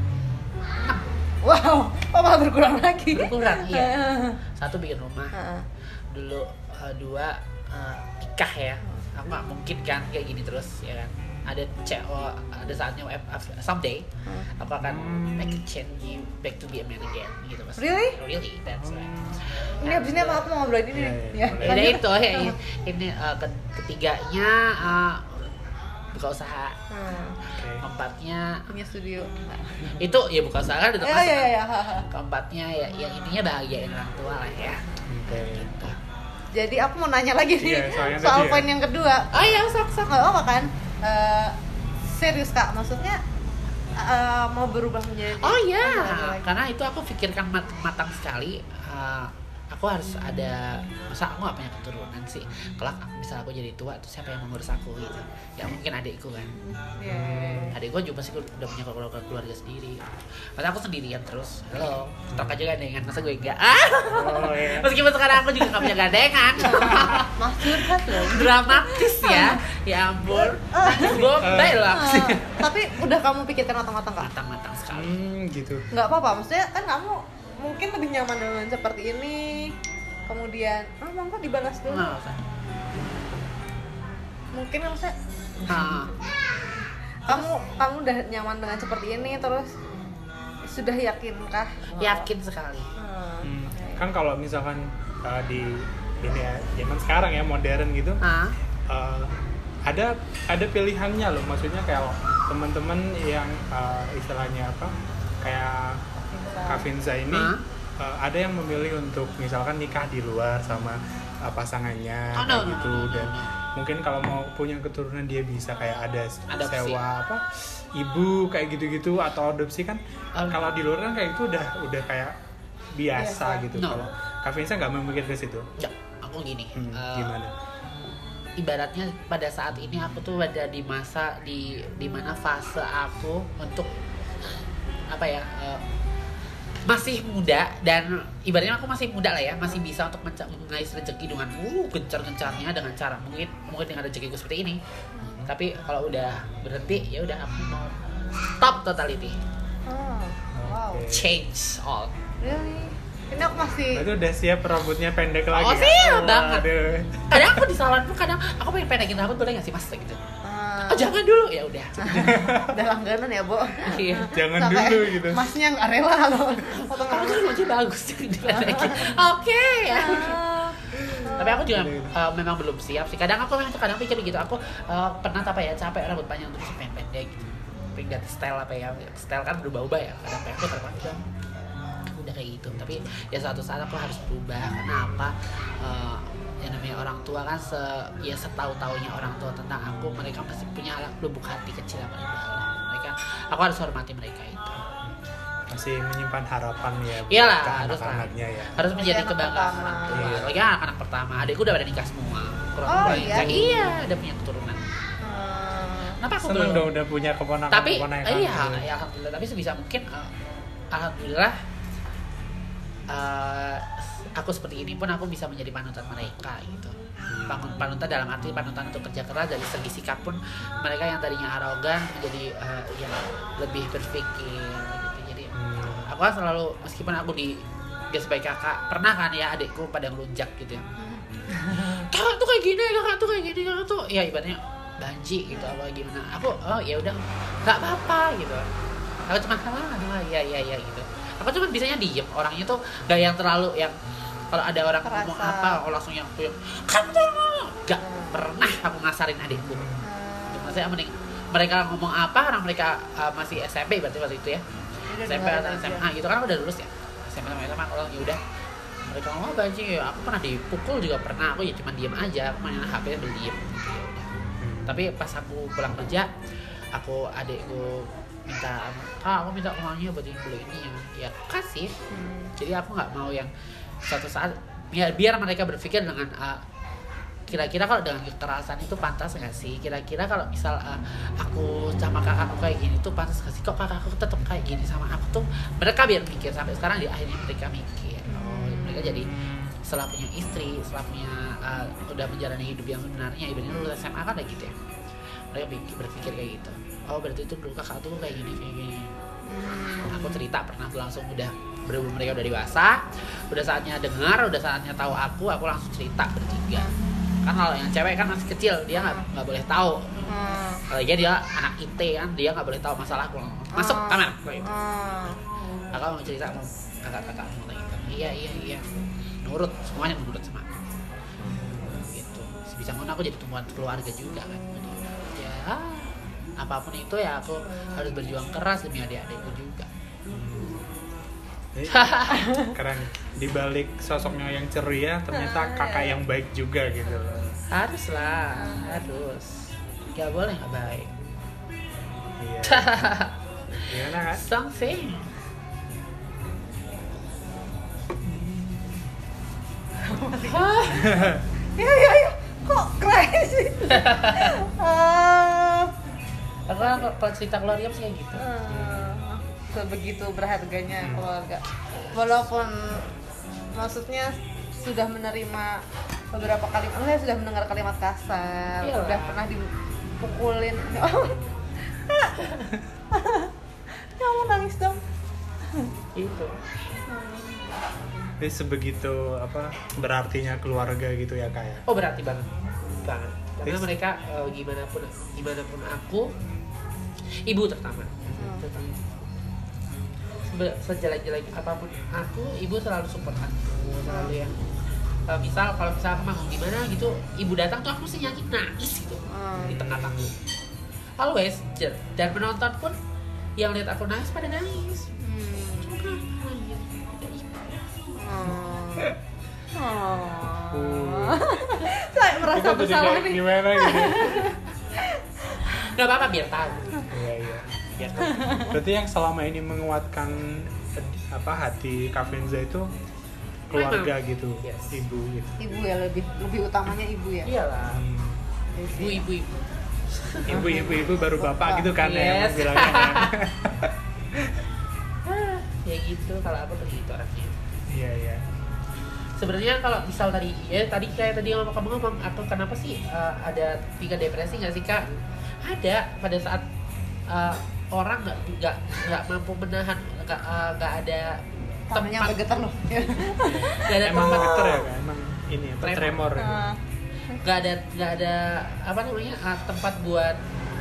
Wow, oh malah berkurang lagi. berkurang, iya. Satu bikin rumah. Heeh. Dulu uh, dua uh, nikah ya. Aku nggak mungkin kan kayak gini terus ya kan. Ada cek, oh, ada saatnya eh, someday aku akan make a change back to be a man again gitu mas. Really? Really, that's right. Ini abis ini apa aku mau ngobrol ini Iya, nih. iya, Ya, boleh. Ini lanjut. itu ya, ini, ini uh, ke- ketiganya uh, buka usaha. Hmm, Oke. Keempatnya punya studio. itu ya buka usaha kan itu Ya masuk ya kan. ya ya. ha, ha. Keempatnya ya yang intinya bahagiain orang tua lah ya. Oke. Gitu. Jadi aku mau nanya lagi nih Iya, soalnya soal tadi ya. poin yang kedua. Oh iya, sok sok. Nggak apa kan? Eh, serius kak, maksudnya eh, mau berubah menjadi? Oh iya, apa lagi? karena itu aku pikirkan mat- matang sekali. Uh, aku harus ada, masa aku gak punya keturunan sih. Kelak misal aku jadi tua, terus siapa yang mengurus aku gitu? Ya mungkin adikku kan. Iya, iya, iya. Adik gue juga pasti udah punya keluarga, keluarga sendiri. Masa aku sendirian terus. Halo, stok aja gandengan, masa gue enggak? Ah, Oh iya. meskipun sekarang aku juga gak punya gandengan. Mas curhat loh. Dramatis ya, ya ampun. Gombay loh aku sih. Eh, tapi udah kamu pikirkan matang-matang kak? Matang-matang sekali. Hmm, gitu. Nggak apa-apa, maksudnya kan kamu mungkin lebih nyaman dengan seperti ini. Kemudian, ah monggo dibalas dulu. Nggak usah. Mungkin maksudnya Ah. kamu kamu udah nyaman dengan seperti ini, terus sudah yakinkah? Yakin sekali. Hmm, Hmm. oke. Kan kalau misalkan uh, di dunia zaman sekarang ya modern gitu, Ah. uh, ada ada pilihannya loh. Maksudnya kayak teman-teman yang uh, istilahnya apa, kayak Kak Vinza ini Hah? uh, ada yang memilih untuk misalkan nikah di luar sama uh, pasangannya Oh, kayak no, no, gitu, no, no, dan no. mungkin kalau mau punya keturunan dia bisa kayak ada Adopsi. sewa apa ibu kayak gitu-gitu atau adopsi kan. Oh. Kalau di luar kan kayak gitu udah udah kayak biasa, Biasa. gitu. No. Kalau Kak Vinza nggak memikir ke situ. Ya, aku gini. Hmm, eh, gimana? Ibaratnya pada saat ini aku tuh ada di masa di di mana fase aku untuk apa ya? eh, masih muda dan ibaratnya aku masih muda lah ya, masih bisa untuk menca- mengais rezeki dengan uh gencar-gencarnya dengan cara mungkin mungkin dengan rezekiku seperti ini. Tapi kalau udah berhenti ya udah aku mau stop totality, Oh, wow. Oke. change all. Really? Ini aku masih Berarti udah siap rambutnya pendek lagi. Oh, ya? siap banget. Waduh. Kadang aku di salon tuh kadang aku pengen pendekin rambut boleh nggak sih mas gitu. ah, Oh jangan dulu ya udah. udah langganan ya, Bo. Iya. Jangan Sampai dulu gitu. Masnya nggak rela kalau potong Kamu rambut. kan wajah bagus sih dipendekin. Oke ya. Ah, Tapi aku juga uh, memang belum siap sih. Kadang aku memang kadang pikir gitu. Aku uh, pernah apa ya capek rambut panjang terus pengen pendek. Gitu. Pengen ganti style apa ya? Style kan berubah-ubah ya. Kadang pendek, kadang panjang. Udah kayak gitu. Tapi ya suatu saat aku harus berubah. Kenapa? Uh, yang namanya orang tua kan se ya setahu-taunya orang tua tentang aku, mereka pasti punya lubuk hati kecil yang paling dalam. Mereka, aku harus hormati mereka itu. Masih menyimpan harapan ya buat Iyalah, ke harus lah. anak-anaknya ya. Harus menjadi anak kebanggaan pertama. orang tua. Iya. Lagi anak-anak pertama, adikku udah pada nikah semua. Kurang Oh, kurang iya? iya, udah punya keturunan. hmm. Kenapa aku Seneng belum? dong udah punya keponakan Tapi keponakan iya, gitu. ya alhamdulillah. Tapi sebisa mungkin, uh, alhamdulillah, uh, aku seperti ini pun aku bisa menjadi panutan mereka gitu. Bangun panutan dalam arti panutan untuk kerja keras, dari segi sikap pun mereka yang tadinya arogan menjadi uh, yang lebih berpikir gitu. Jadi Hmm. aku kan selalu, meskipun aku di dia sebagai kakak, pernah kan ya adikku pada ngelunjak gitu ya, kakak tuh kayak gini, kakak tuh kayak gini, kakak tuh ya ibaratnya banji gitu apa gimana. Aku oh ya udah nggak apa-apa gitu. Aku cuma ah ah, ya ya ya gitu. Aku cuma bisanya diem, orangnya tuh gak yang terlalu yang kalau ada orang Kerasa. ngomong apa aku langsung yang tuh yang kamu tuh gak pernah aku ngasarin adikku. Hmm. Maksudnya mending mereka ngomong apa, orang mereka uh, masih S M P berarti waktu itu ya, Udah S M P dengerin atau aja. S M A gitu kan udah lulus ya, S M P sama S M A kalau ya udah mereka ngomong apa aja ya, aku pernah dipukul juga pernah, aku ya cuma diem aja, aku main H P sambil diem gitu, ya udah. Hmm. Tapi pas aku pulang kerja, aku adikku minta ah aku minta uangnya buat beli ini ya, ya kasih. Hmm. Jadi aku nggak mau yang suatu saat biar biar mereka berpikir dengan uh, kira-kira kalau dengan kekerasan itu pantas nggak sih, kira-kira kalau misal uh, aku sama kakakku kayak gini tuh pantas nggak sih, kok kakakku tetap kayak gini sama aku tuh. Mereka biar mikir sampai sekarang di akhirnya mereka mikir oh mereka jadi setelah punya istri, setelah punya uh, udah menjalani hidup yang sebenarnya ibaratnya lulus S M A kan kayak gitu ya, mereka berpikir kayak gitu. Oh berarti itu dulu kakak tuh kayak gini kayak gini. Hmm. Aku cerita pernah langsung udah berhubung mereka udah dewasa, udah saatnya dengar, udah saatnya tahu aku, aku langsung cerita bertiga. Kan kalau yang cewek kan masih kecil, dia nggak nggak boleh tahu. Hmm. Kalau dia anak I T kan, dia nggak boleh tahu masalahku. Masuk hmm. kamar. Hmm. Aku mau cerita mau kakak-kakak mau kayak gitu. Iya iya iya. Nurut, semuanya menurut sama aku. Gitu. Sebisa mungkin aku jadi tumbuhan keluarga juga kan. Ya apapun itu ya aku harus berjuang keras demi adik-adikku juga. Eh, keren. Di balik sosoknya yang ceria ternyata kakak yang baik juga gitu. Harus lah, harus. Gak boleh nggak baik. Iya. Gimana kan? Something. Ya ya ya. Kok keren sih? uh, Karena kalau cerita keluarga sih kayak gitu. Uh, sebegitu berharganya keluarga. Walaupun maksudnya sudah menerima beberapa kali, saya sudah mendengar kalimat kasar, Iyalah. sudah pernah dipukulin. Oh. Ya Allah nangis dong. Itu. Jadi sebegitu apa berartinya keluarga gitu ya kak ya? Oh berarti banget, banget. Karena Yes. mereka uh, gimana pun, gimana pun aku, ibu terutama. Hmm. Sejelek-jelek apapun aku, ibu selalu support aku, selalu yang uh, misal kalau misal aku manggung gimana gitu, ibu datang tuh aku mesti nyanyi nangis gitu hmm. di tengah panggung. Always, dan penonton pun yang lihat aku nangis pada nangis. Hmm. Cuma kenapa nangis? Ada ibu. Oh. Oh. Saya merasa Kita bersalah nih. Gimana gitu? Gak apa-apa biar tahu. Iya iya. Biar tahu. Berarti yang selama ini menguatkan apa hati Kak Finza itu keluarga Memang. gitu, Yes. ibu gitu. Ibu ya lebih lebih utamanya ibu ya. Iyalah. Hmm. Ibu ibu ibu. Ibu ibu ibu baru bapak gitu kan ya Yes. bilangnya kan. Ya gitu kalau aku begitu orangnya. Iya iya. Sebenarnya kalau misal tadi ya tadi kayak tadi ngomong kamu ngomong atau kenapa sih uh, ada tingkat depresi nggak sih kak? Ada pada saat uh, orang nggak nggak nggak mampu menahan nggak uh, nggak ada Tangannya sampai getar loh. nggak ada Emang tempat geter ya kak? Emang ini apa Tremor. tremor ya? Nah, nggak ada nggak ada apa namanya uh, tempat buat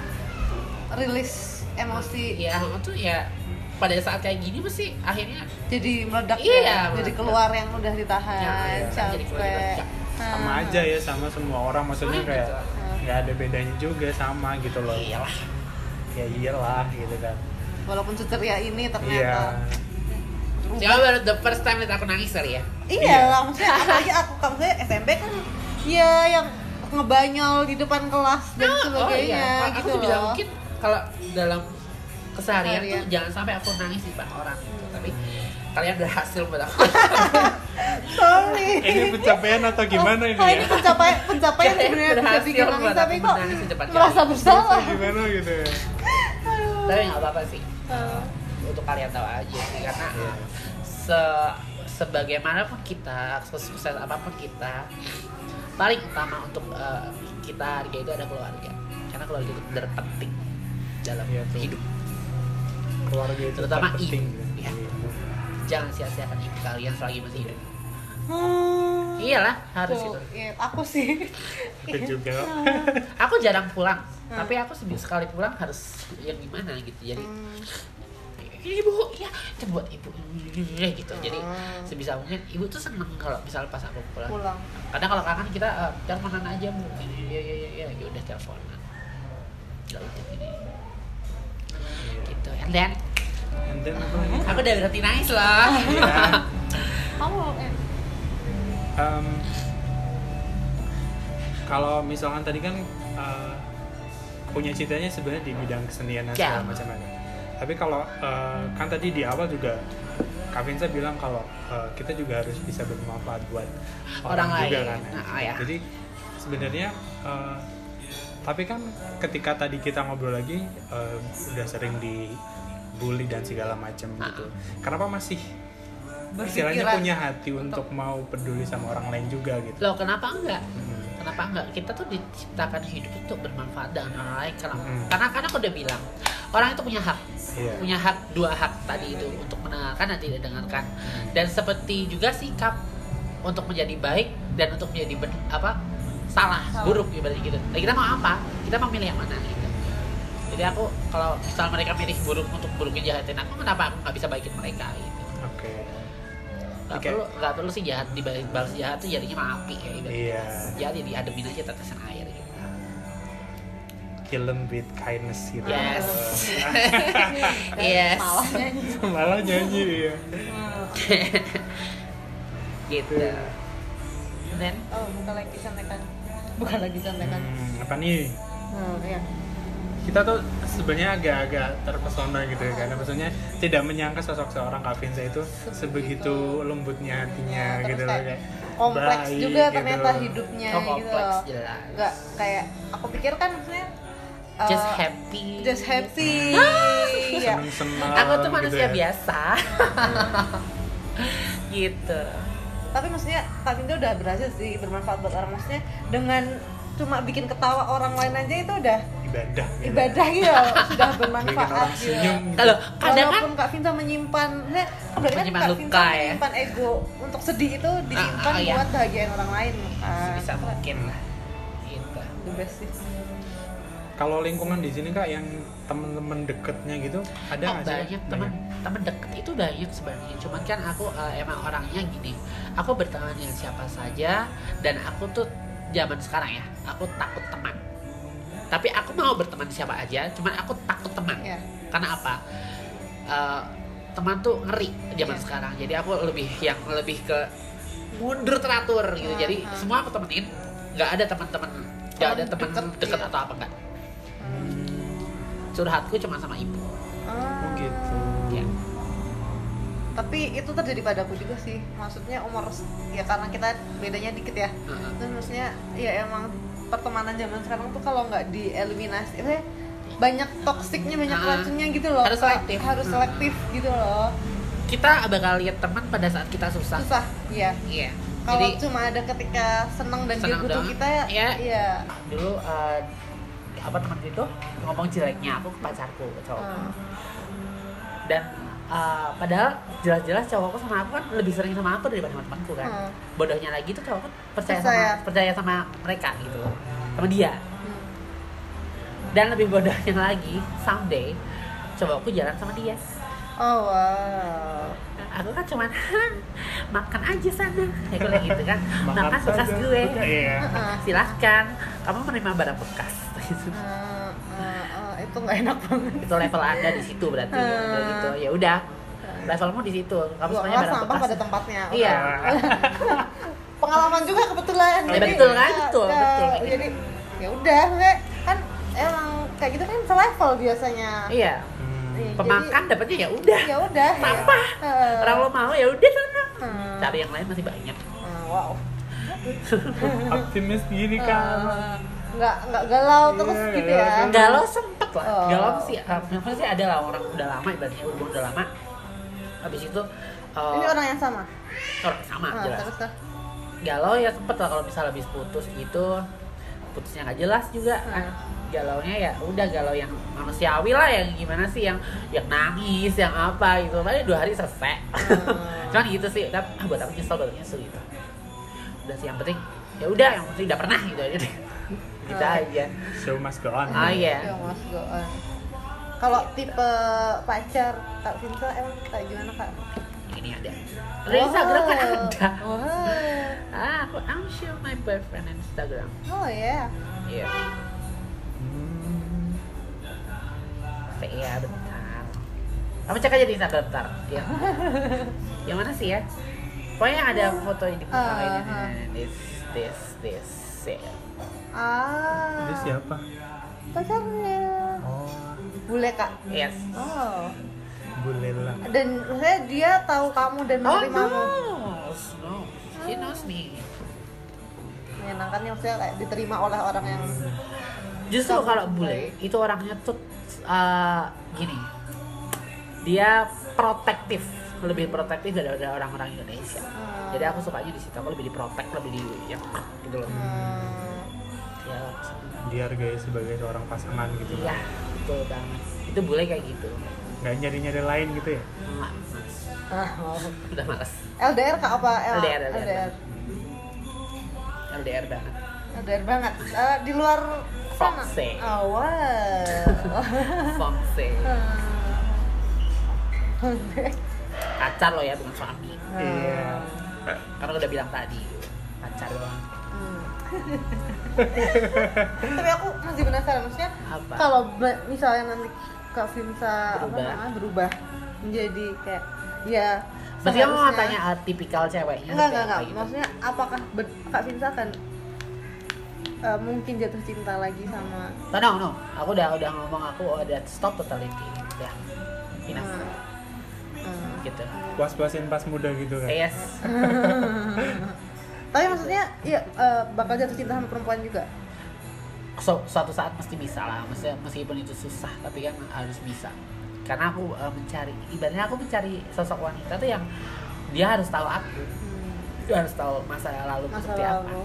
rilis emosi ya itu ya pada saat kayak gini mesti akhirnya jadi meledak Iya, ya. Jadi meledak. keluar yang udah ditahan, Ya, ya, jadi keluar capek. meledak. Sama Nah. aja ya sama semua orang maksudnya Sama kayak gitu. nggak ada bedanya juga sama gitu loh. iyalah Ya iyalah gitu kan. Walaupun seceria ini Iya. ternyata. ya baru the first time lihat aku nangis kali ya. Iya lah, maksudnya apalagi aku kamu saya S M P kan ya yang ngebanyol di depan kelas dan sebagainya Kalau gitu aku sih bilang loh. mungkin kalau dalam keseharian Keseharian. tuh jangan sampai aku nangis di depan orang gitu. Tapi kalian berhasil buat aku. Sorry. Ini pencapaian atau gimana ini Oh, ya? ini pencapaian pencapaian Kalian sebenarnya bisa berhasil bikin nangis buat tapi aku kok menangis di depan merasa kalian. bersalah. Gimana gitu ya? Tapi nggak apa-apa sih. Uh, Untuk kalian tahu aja sih karena Iya. se sebagaimanapun kita, sukses apapun kita, paling utama untuk uh, kita harga itu ada keluarga. Karena keluarga itu terpenting dalam Iya, tuh. hidup. Keluarga itu Terutama penting. ibu. Ya. Jangan sia-siakan ibu kalian selagi masih hidup. hmm, Iyalah, harus tuh, itu. iya, aku sih. Aku juga. Aku jarang pulang, Hmm. tapi aku sebi- sekali pulang harus yang gimana gitu. Jadi Hmm. ibu, ya coba buat ibu gitu. Jadi Hmm. sebisa mungkin ibu tuh seneng kalau misal pas aku pulang. Pulang. Kadang kalau kangen kita uh, teleponan aja bu. Iya iya iya ya udah teleponan. Gak udah gini. Gitu. And then And then apa lagi? aku udah berhenti nangis loh. Iya. Kamu eh, Em, kalau misalkan tadi kan eh, punya citanya sebenarnya di bidang kesenian dan Ya. segala macam kan. Tapi kalau uh, kan tadi di awal juga Kak Vinsa bilang kalau uh, kita juga harus bisa bermanfaat buat orang, Orang juga lain. kan. Nah, ya. Jadi sebenarnya uh, tapi kan ketika tadi kita ngobrol lagi uh, udah sering dibully dan segala macam Nah. gitu. Kenapa masih istilahnya Berpikiran punya hati untuk mau peduli sama orang lain juga gitu? Loh, kenapa enggak? Hmm. Kenapa enggak? Kita tuh diciptakan hidup untuk bermanfaat dengan orang lain. Karena, Hmm. karena, karena aku udah bilang, orang itu punya hak. Iya. Punya hak, dua hak tadi itu, untuk mendengarkan dan tidak dengarkan. Dan seperti juga sikap untuk menjadi baik dan untuk menjadi ben- apa salah, Salah. buruk ibaratnya gitu. Nah, kita mau apa? Kita mau milih yang mana gitu. Jadi aku kalau misal mereka milih buruk untuk buruknya jahatin aku, kenapa aku nggak bisa baikin mereka gitu? Oke. Gak Oke. perlu, gak perlu sih jahat dibalas jahat tuh jadinya mah api ya gitu. Iya. Jadi diademin aja tetesan air gitu. Kill them with kindness gitu. Yes. Dan Yes. malah nyanyi. Malah nyanyi ya. Gitu. Dan Oh, bukan lagi contekan. Bukan lagi contekan. Hmm, apa nih? Hmm, iya. Kita tuh sebenarnya agak-agak terpesona gitu ya, karena maksudnya tidak menyangka sosok seorang Kak Vinsa itu sebegitu lembutnya hatinya Terus gitu loh, kayak kayak kompleks baik juga gitu. ternyata hidupnya oh, gitu kompleks loh. jelas. Nggak kayak aku pikir kan maksudnya uh, Just happy. just happy. Iya. Seneng-seneng Aku tuh gitu manusia ya. biasa. Gitu. Tapi maksudnya Kak Vinta udah berhasil sih bermanfaat buat orang, maksudnya dengan cuma bikin ketawa orang lain aja itu udah Ibadah gitu. ibadah gitu loh, sudah Bikin bermanfaat orang gitu. senyum gitu. Kalau kadang kan Walaupun Kak Vinta menyimpan, maksudnya berarti kan Menyimpan Kak luka Vinta ya. menyimpan ego untuk sedih itu disimpan Ah, ah, iya. buat bahagiain orang lain kan. bisa mungkin lah. Gitu. The best sih. Kalau lingkungan di sini Kak yang teman-teman deketnya gitu ada Oh, nggak sih? banyak teman teman deket itu banyak sebenarnya. Cuman kan aku uh, emang orangnya gini. Aku berteman dengan siapa saja dan aku tuh zaman sekarang ya, aku takut teman. Tapi aku mau berteman siapa aja, cuman aku takut teman. Iya. Karena apa? Uh, teman tuh ngeri zaman Iya. sekarang. Jadi aku lebih yang lebih ke mundur teratur gitu. Ah, Jadi ah. semua aku temenin. Nggak ada teman-teman, nggak ada Teman teman deket, deket iya. atau apa enggak. Curhatku cuma sama ibu. Ah. Oh gitu. Ya. Tapi itu terjadi padaku juga sih. Maksudnya umur ya karena kita bedanya dikit ya. Heeh. Terus maksudnya ya emang pertemanan zaman sekarang tuh kalau nggak dieliminasi, eh, banyak toksiknya, banyak Ah, racunnya gitu loh. harus Kak. selektif. Harus Hmm. selektif gitu loh. Kita bakal lihat teman pada saat kita susah. Susah, iya. Iya. Kalau Jadi cuma ada ketika senang dan dia Senang butuh doang. kita, Iya. iya. dulu eh, apa teman itu ngomong jeleknya aku ke pacarku, ke cowok. Hmm. Dan eh, padahal jelas-jelas cowokku sama aku kan lebih sering sama aku daripada sama temanku kan. Hmm. Bodohnya lagi tuh cowokku percaya, Percaya. sama percaya sama mereka gitu loh. Sama dia. Hmm. Dan lebih bodohnya lagi, someday cowokku jalan sama dia. Oh wow. Aku kan cuman makan aja sana, ya gue kayak gitu kan, makan saja. bekas gue, Iya. Heeh. silahkan, kamu menerima barang bekas. Eh, eh, eh, itu nggak enak banget. Itu level anda di situ berarti, Hmm. udah gitu, ya udah, levelmu di situ, kamu sukanya Buanglah barang sampah bekas. pada tempatnya. Iya. Pengalaman juga kebetulan. Ya, betul kan? Betul, ya, betul. Jadi ya udah, Mbak. Kan emang kayak gitu kan selevel biasanya. Iya, Iya, jadi- pemakan dapatnya ya udah, Ya udah. ya. sampah. Eh, Orang lo mau ya udah sana, Hmm. cari yang lain masih banyak. eh, wow. Optimis gini kan. Eh, nggak nggak galau Iya, terus nggak gitu ya. galau. Galau sempet lah, Oh. galau sih, yang pasti ada lah orang udah lama, ibaratnya hubungan udah lama. Habis itu eh, Ini orang yang sama. orang sama Ah, jelas. terus tuh. Galau ya sempet lah kalau misal habis putus gitu, putusnya nggak jelas juga kan. Galaunya ya udah galau yang manusiawi lah, yang gimana sih, yang yang nangis, yang apa gitu, paling dua hari selesai. Hmm. Cuman gitu sih, tapi ah, buat aku nyesel, buat aku nyesel gitu. Udah sih, yang penting ya udah, yang penting udah pernah gitu aja deh. Gitu Hmm. aja. Show must go on. Ah iya. Ya, Mas Goan. Kalau tipe pacar Kak Vinsa emang kayak gimana Kak? Ini ada. Ada Instagram kan ada. Wah. Ah, aku I'm sure my boyfriend on Instagram. Oh ya. Iya. Hmm. Iya bentar. Kamu cek aja di Instagram bentar. Ya. Yang mana sih ya? Pokoknya ada foto di Ah, ini. ah. This, this, this. Yeah. Ah. Dia siapa? Pacarnya. Oh. Bule kak. Yes. Oh. Bule lah. Dan maksudnya dia tahu kamu dan Oh menerimamu. no, no, she knows me. Menyenangkan ya, maksudnya kayak diterima oleh orang yang Justru kalau bule itu orangnya tuh uh, gini, dia protektif, lebih protektif daripada orang-orang Indonesia. Hmm. Jadi aku sukanya di situ, aku lebih diprotek, lebih di yang gitu loh. Hmm. Ya, Dihargai sebagai seorang pasangan gitu. iya, betul banget. Itu bule kayak gitu. Nggak nyari-nyari lain gitu ya. Enggak, mas. Ah, oh. Udah males. L D R kak apa? L- L D R, L D R. L D R. L D R banget. L D R banget. Eh, di luar sana. Foxe. Oh, wow. Foxe. Hmm. Pacar lo ya, bukan suami. Iya. Karena udah bilang tadi, pacar doang. Hmm. Tapi aku masih penasaran, maksudnya Apa? kalau ba- misalnya nanti Kak Vinsa apa Berubah. namanya berubah menjadi kayak ya Berarti kamu mau seharusnya- tanya uh, tipikal ceweknya? enggak seperti enggak apa enggak gitu? maksudnya apakah ber- Kak Vinsa akan uh, mungkin jatuh cinta lagi sama No, no, no. Aku udah udah ngomong, aku udah stop totality. Udah. Enough. Hmm. Hmm. Gitu. Puas-puasin pas muda gitu kan. Yes. Tapi maksudnya ya uh, bakal jatuh cinta sama perempuan juga. So, suatu saat mesti bisa lah. Maksudnya meskipun itu susah, tapi kan harus bisa. Karena aku uh, mencari, ibaratnya aku mencari sosok wanita tuh yang dia harus tahu aku. Hmm. Dia harus tahu masa lalu Masa seperti apa. lalu.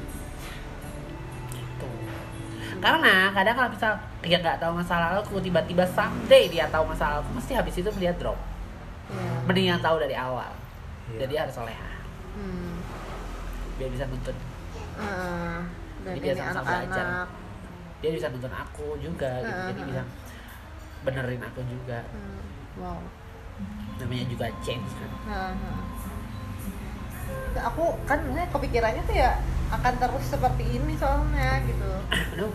Gitu. Karena kadang kalau misal dia nggak tahu masa lalu, aku tiba-tiba someday dia tahu masa lalu, mesti habis itu dia drop. Ya. Mending yang tahu dari awal. Iya. Jadi harus soleha. Hmm. Biar bisa nuntun. Uh, dan Jadi dia ini sama-sama belajar. anak-anak. Dia bisa nuntun aku juga gitu. Uh-huh. Jadi bisa benerin aku juga. Hmm. Wow. Namanya juga change kan. Nah, nah. Aku kan sebenarnya kepikirannya tuh ya akan terus seperti ini soalnya gitu. Aduh.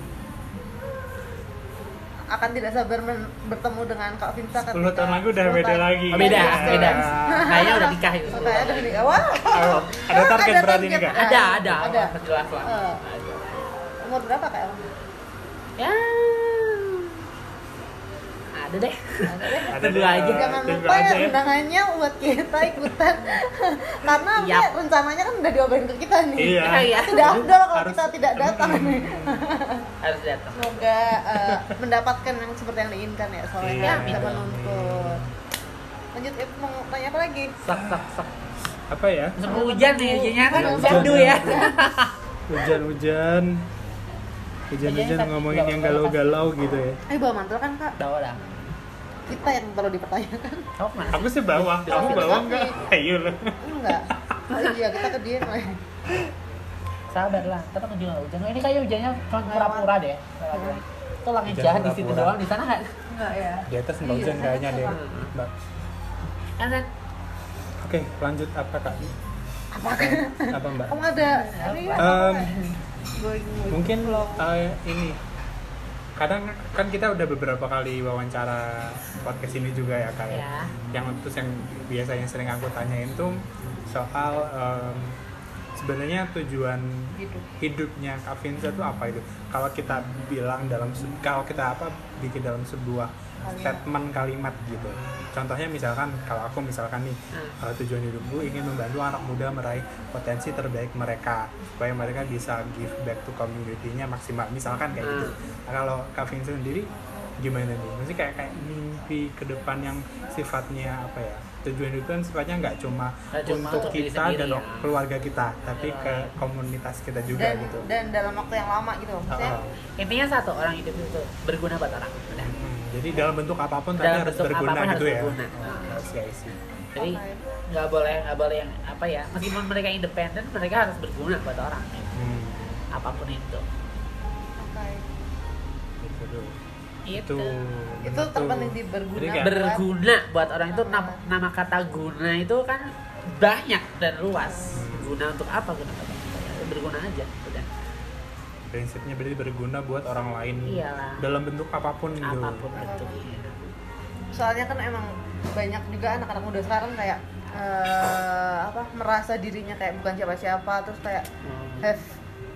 Akan tidak sabar men- bertemu dengan Kak Vinsa ketika sepuluh tahun lagi udah sepuluh beda tahun. lagi. Oh, beda, Iya. beda. Kayaknya udah nikah itu. Oh, kayaknya udah nikah. Wah. Oh, ada target berarti nih kak? Ada, ada. Ada. Jelas lah. Eh. Ada. Umur berapa Kak? Ya. Ada deh. Ada deh. Ada Tunggu deh. aja. Jangan Tunggu lupa ya aja ya. undangannya buat kita ikutan. Karena Siap. ya, rencananya kan udah diobrolin ke kita nih. Iya. Iya. Tidak afdol kalau Harus- kita tidak datang nih. Harus datang. Semoga eh, mendapatkan yang seperti yang diinginkan ya, soalnya Iya, bisa betul. menuntut. Lanjut, eh, mau tanya apa lagi? Sak sak sak. Apa ya? Musim hujan nih, hujannya kan Hujan. syahdu ya. Hujan-hujan. Hujan-hujan Hujannya ngomongin tak- yang galau-galau gitu ya. Eh, bawa mantel kan Kak? Bawa lah. Kita yang perlu dipertanyakan. Kau kemana? Aku sih bawa, kamu Di bawa kaki. enggak? Ayo lah. Enggak. Oh iya, kita ke dia nih. Sabar lah, tetap juga nggak hujan. Ini kayaknya hujannya cuma pura-pura deh. Pura-pura. Itu langit Hujan jahat di situ pura-pura. doang, di sana nggak? Enggak ya. Di atas nggak Iya, hujan kayaknya deh. apa? Mbak. Kan kan? Oke, lanjut apa kak? Apa? Apa mbak? Kamu ada ini ya? Em, Going with mungkin flow. eh, ini kadang kan kita udah beberapa kali wawancara podcast ini juga ya kak ya. Ya. Yang terus yang biasanya sering aku tanyain tuh soal em, sebenarnya tujuan Hidup. hidupnya Kak Vinsa tuh apa itu? Kalau kita bilang dalam se- kalau kita apa bikin dalam sebuah Kalimat. statement kalimat gitu. Contohnya misalkan kalau aku misalkan nih Hmm. uh, tujuan hidupku ingin membantu anak muda meraih potensi terbaik mereka supaya mereka bisa give back to community-nya maksimal. Misalkan kayak gitu. Nah, kalau Kak Vinsa sendiri gimana nih? Maksudnya kayak kayak mimpi ke depan yang sifatnya apa ya? Tujuan itu kan sifatnya nggak cuma Nggak cuma untuk untuk diri kita sendiri, dan ya. keluarga kita, tapi Iya. ke komunitas kita juga Dan, gitu. dan dalam waktu yang lama gitu. Maksudnya Oh. Intinya satu, orang hidup itu berguna buat orang. Udah. Hmm, jadi dalam bentuk apapun tapi Dalam harus bentuk berguna apapun gitu harus ya. berguna. Oh, I see. Jadi Oke. nggak boleh nggak boleh yang apa ya, meskipun mereka independen, mereka harus berguna buat orang. Hmm, Apapun itu. Oke. gitu tuh. Itu. Itu bener tuh. terpenting di berguna. Jadi kayak- Berguna buat orang itu Ah. nama, nama kata guna itu kan banyak dan luas. Hmm. Guna untuk apa? Guna apa? Berguna aja, udah. Prinsipnya berarti berguna buat orang lain. Iyalah. Dalam bentuk apapun gitu. Apapun bentuknya. Soalnya kan emang banyak juga anak-anak muda sekarang kayak eh, apa merasa dirinya kayak bukan siapa-siapa terus kayak Hmm. have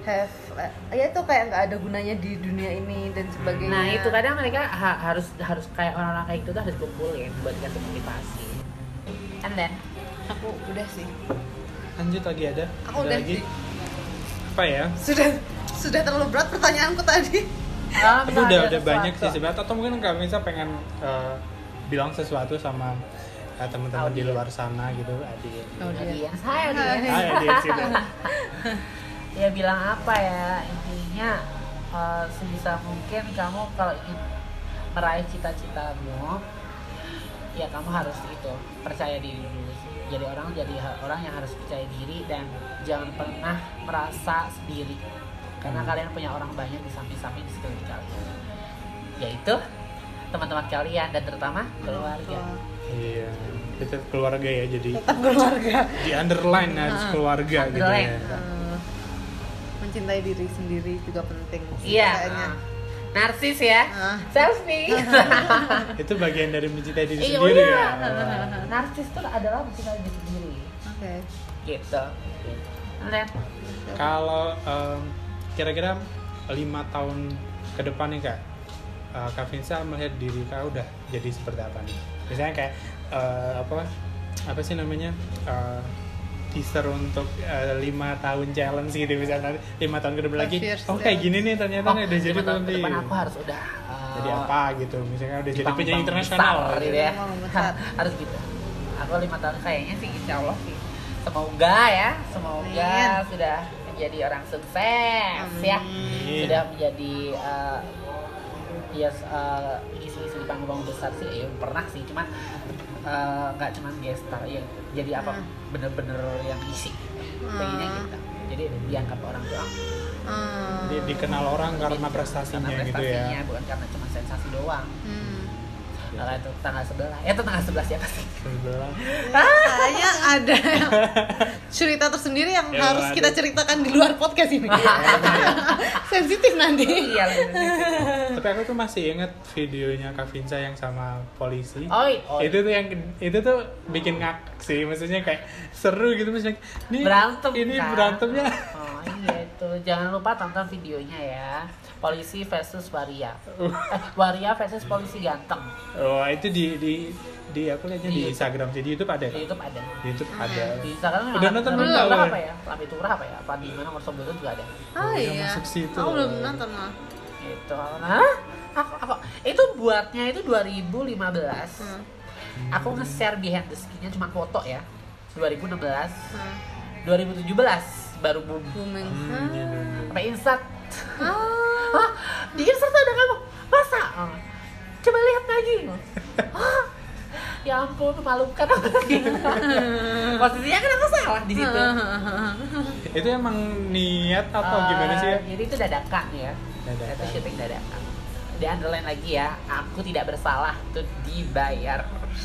have ya itu kayak nggak ada gunanya di dunia ini dan sebagainya. Nah itu kadang mereka ha- harus harus kayak orang-orang kayak gitu tuh harus dikumpulin buat kasih motivasi. And then Aku udah sih. Lanjut lagi ada? Aku Ada udah lagi? sih. Apa ya? Sudah sudah terlalu berat pertanyaanku tadi. ah, Tapi misalnya udah ada udah banyak sih sesuatu. sebenarnya. Atau mungkin Kak Vinsa pengen uh, bilang sesuatu sama uh, teman-teman di Audiens. luar sana gitu, adik. Audiens, hai audiens. Hai adik sini. Ya bilang apa ya, intinya uh, sebisa mungkin kamu kalau ingin meraih cita-citamu, ya kamu harus itu percaya diri dulu. Jadi orang jadi ha- orang yang harus percaya diri dan jangan pernah merasa sendiri karena Hmm. kalian punya orang banyak di samping-samping di sekeliling kalian, yaitu teman-teman kalian dan terutama keluarga. Iya, kita keluarga ya, jadi Tetap keluarga. di underline harus keluarga gitu Underline. ya. Eh, mencintai diri sendiri juga penting sih Iya. kayaknya. Narsis ya, Ah. selfie. Itu bagian dari mencintai diri Iya, sendiri iya. ya. Narsis itu adalah mencintai diri sendiri, Oke. gitu. Dan Kalau em, kira-kira lima tahun ke depan nih Kak, eh, Kak Vinsa melihat diri Kak udah jadi seperti apa nih? Misalnya kayak eh, apa apa sih namanya eh, teaser untuk eh, lima tahun challenge gitu, misalnya nanti lima tahun ke depan lagi, Five years oh kayak gini nih ternyata oh, nih udah jadi lima tahun ke nanti. depan aku harus udah uh, Jadi apa gitu, misalnya udah di jadi panggung penyanyi internasional besar, gitu. gitu ya. Panggung besar. Harus gitu. Aku lima tahun kayaknya sih, insya Allah sih. Semoga ya, semoga Amin. sudah menjadi orang sukses ya, Amin. sudah menjadi uh, ya uh, isi-isi di panggung besar sih, ya pernah sih, cuman uh, nggak cuman guest star, ya jadi apa Hmm. bener-bener yang isi, pengennya Hmm. gitu. Jadi dianggap orang tuh oh, Hmm. Di- dikenal orang karena prestasinya, karena gitu prestasinya, ya. bukan karena cuma sensasi doang. Hmm. Kalau itu tanggal sebelah, ya itu tanggal sebelah siapa sih? Sebelah. Kayaknya ada cerita tersendiri yang Ya, harus ada. kita ceritakan di luar podcast ini. Sensitif nanti. Iya, Tapi aku tuh masih inget videonya Kak Vinsa yang sama polisi. oh, oh, Itu tuh yang itu tuh bikin ngakak sih, maksudnya kayak seru gitu, maksudnya ini Berantem, ini kan? berantemnya. Oh iya itu, jangan lupa tonton videonya ya. Polisi versus waria. Eh, waria versus polisi ganteng. Oh itu di di di aku lihatnya Di di, YouTube. Instagram sih, di YouTube ada. Di YouTube ada. Di YouTube ada. Di Instagram Udah nonton belum? Turah Tahu apa ya? ya? Lambe Turah apa ya? Apa di mana Morsom Dulu juga ada. Oh Udah iya. masuk situ. Aku belum nonton mah. Itu. Nah, aku, aku itu buatnya itu dua ribu lima belas. Hmm. Aku nge-share behind the skin-nya cuma foto ya. dua ribu enam belas. Hmm. dua ribu tujuh belas baru boom. Booming. Hmm, gitu. Sampai insert. Ah. Hah? Di insert ada kamu? Masa? Oh. Coba lihat lagi. Hah? Ya ampun, memalukan. Posisinya kan aku salah di situ. Itu emang niat atau Eh, gimana sih ya? Jadi itu dadakan ya. Dadakan. Itu syuting dadakan. Di underline lagi ya, aku tidak bersalah, itu dibayar.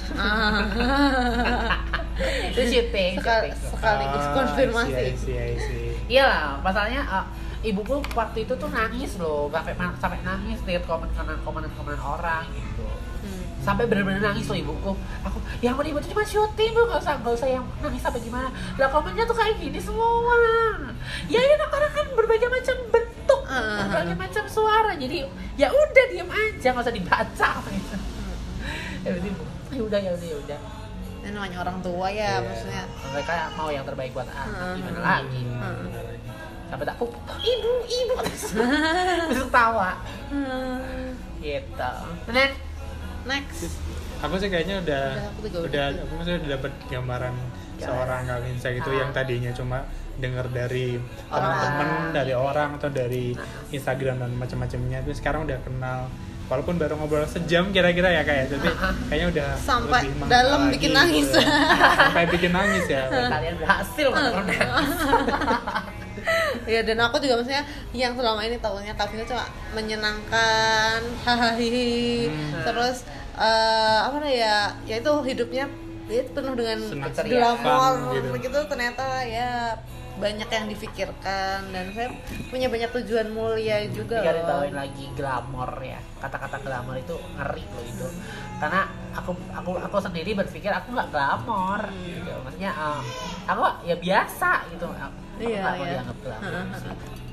Itu syuting, Sekal- syuting. sekaligus Ah, konfirmasi. I see, I see, I see. Iya lah, pasalnya uh, ibuku waktu itu tuh nangis loh, sampai sampai nangis lihat komen-komen komen-komen orang gitu. Hmm. Sampai benar-benar nangis loh ibuku. Aku, ya ampun ibu tuh cuma syuting bu, nggak usah nggak usah yang nangis apa gimana. Lah komennya tuh kayak gini semua. Ya ini orang kan berbagai macam bentuk, Ah. berbagai macam suara. Jadi ya udah diam aja, nggak usah dibaca. Gitu. Ya udah, ya udah, ya udah, ya udah. Ini namanya orang tua ya, Iya. maksudnya. Mereka mau yang terbaik buat anak, Ah. gimana lagi? Ah. Sampai tak pupuk, ibu, ibu, terus tawa, Hmm. gitu. Dan Next. Aku sih kayaknya udah Udah, aku juga udah, udah. aku maksudnya udah dapat gambaran Gambaran. seorang Kak Vinsa gitu, Ah. yang tadinya cuma dengar dari Orang. teman-teman, dari Gitu. orang atau dari Ah. Instagram dan macam-macamnya, terus sekarang udah kenal, walaupun baru ngobrol sejam kira-kira ya kayak, tapi kayaknya udah Sampai lebih mengenal dalam lagi bikin gitu. nangis. Sampai bikin nangis ya. kalian berhasil menangis. Ya dan aku juga maksudnya yang selama ini tahunya Kak Vina cuma menyenangkan, hahaha, Hmm. terus eh, apa namanya ya, ya itu hidupnya ya, penuh dengan Senang glamor fun gitu. gitu. Ternyata ya banyak yang difikirkan dan saya punya banyak tujuan mulia juga Garis loh. bawain lagi glamor ya, kata-kata glamor itu ngeri loh itu, karena aku aku aku sendiri berpikir aku nggak glamor gitu, maksudnya uh, aku ya biasa gitu, aku Iya, nggak mau iya. dianggap glamor sih.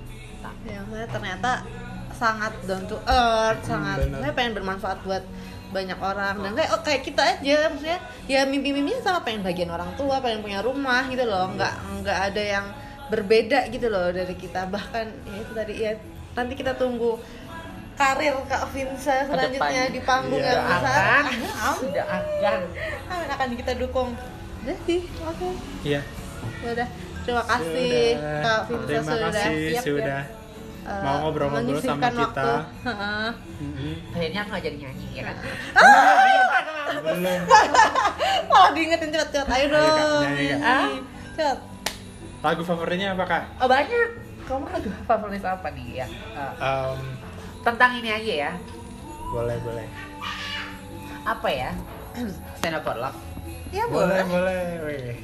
ternyata. Ya, saya ternyata sangat down to earth, Hmm, sangat bener. saya pengen bermanfaat buat banyak orang dan kayak oh, kayak kita aja maksudnya ya mimpi-mimpinya sama pengen bagian orang tua, pengen punya rumah gitu loh, nggak nggak ada yang berbeda gitu loh dari kita, bahkan ya itu tadi ya nanti kita tunggu karir Kak Vinsa selanjutnya Kedepannya. di panggung Iya. yang besar. Akan, Amin. sudah akan. Amin, akan kita dukung. Udah sih, oke. Iya. Udah. Terima kasih Sudah. Kak Vinsa Terima sudah kasih siap sudah ya, eh, mau ngobrol-ngobrol sama menyisihkan kita. waktu. Heeh. Mm-mm. Akhirnya aku nggak jadi nyanyi ya kan. Belum. Oh, diingetin cepet-cepet. Ayo Ayo, Kak, dong. nyanyi, Kak. Ah? Cepet. Lagu favoritnya apa Kak? Oh banyak. Kamu lagu favorit apa nih ya? Eh, Um, tentang ini aja ya. boleh boleh. Apa ya? Stand Up for Love. Ya Boleh boleh. boleh. Wih.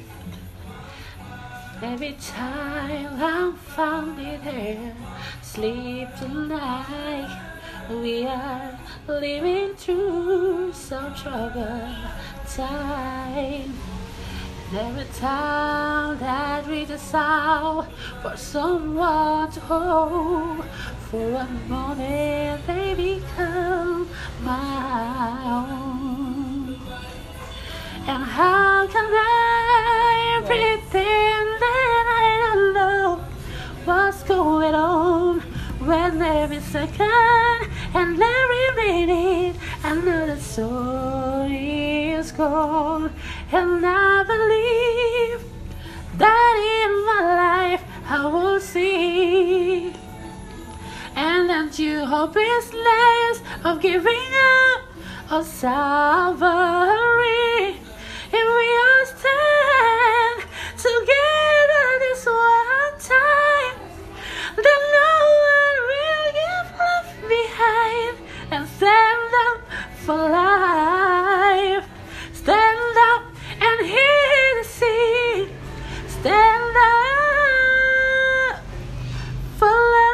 Every time I'm found in here, sleep tonight. We are living through some troubled time. And every time that we just out for someone to hold, for a moment they become my own. And how can I pretend that I don't know what's going on when every second and every minute another soul is gone? And I believe that in my life I will see. And that you hope is less of giving up or suffering. If we all stand together this one time, then no one will get left behind. And stand up for life. Stand up and hear the sea. Stand up for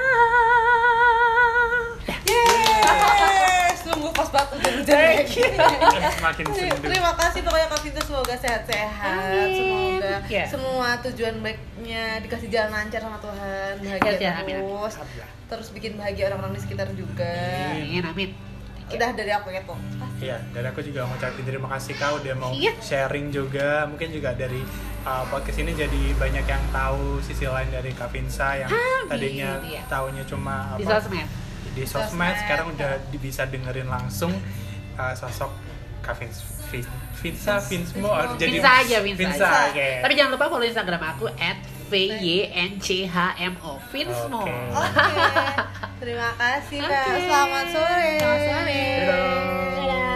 love. Yeay, sungguh pas banget hujan-hujan. Semakin sendu. Terima kasih pokoknya Kak Vinta, semoga sehat-sehat, Amin. semoga Ya. semua tujuan baiknya dikasih jalan lancar sama Tuhan, bahagia Ya, ya, amin, amin. terus, terus bikin bahagia orang-orang di sekitar juga. Amin, amin. Udah dari aku gitu. Iya, dan aku juga mau ngucapin terima kasih Kak udah mau Iya. sharing juga. Mungkin juga dari uh, podcast ini jadi banyak yang tahu sisi lain dari Kak Vinsa yang Ah, tadinya gitu ya. taunya cuma Di apa sosmed. di sosmed, Sosmed. sekarang udah di- bisa dengerin langsung uh, sosok Kak Vins, Vin- Vinsa Vinsmo Vinsmo. jadi Vinsa aja, Vinsa, Vinsa, aja. oke. Tapi jangan lupa follow Instagram aku at v y n c h m o Vinsmo. Oke. Oke. Terima kasih Kak. Oke. Selamat sore. Selamat sore. Dadah. Dadah.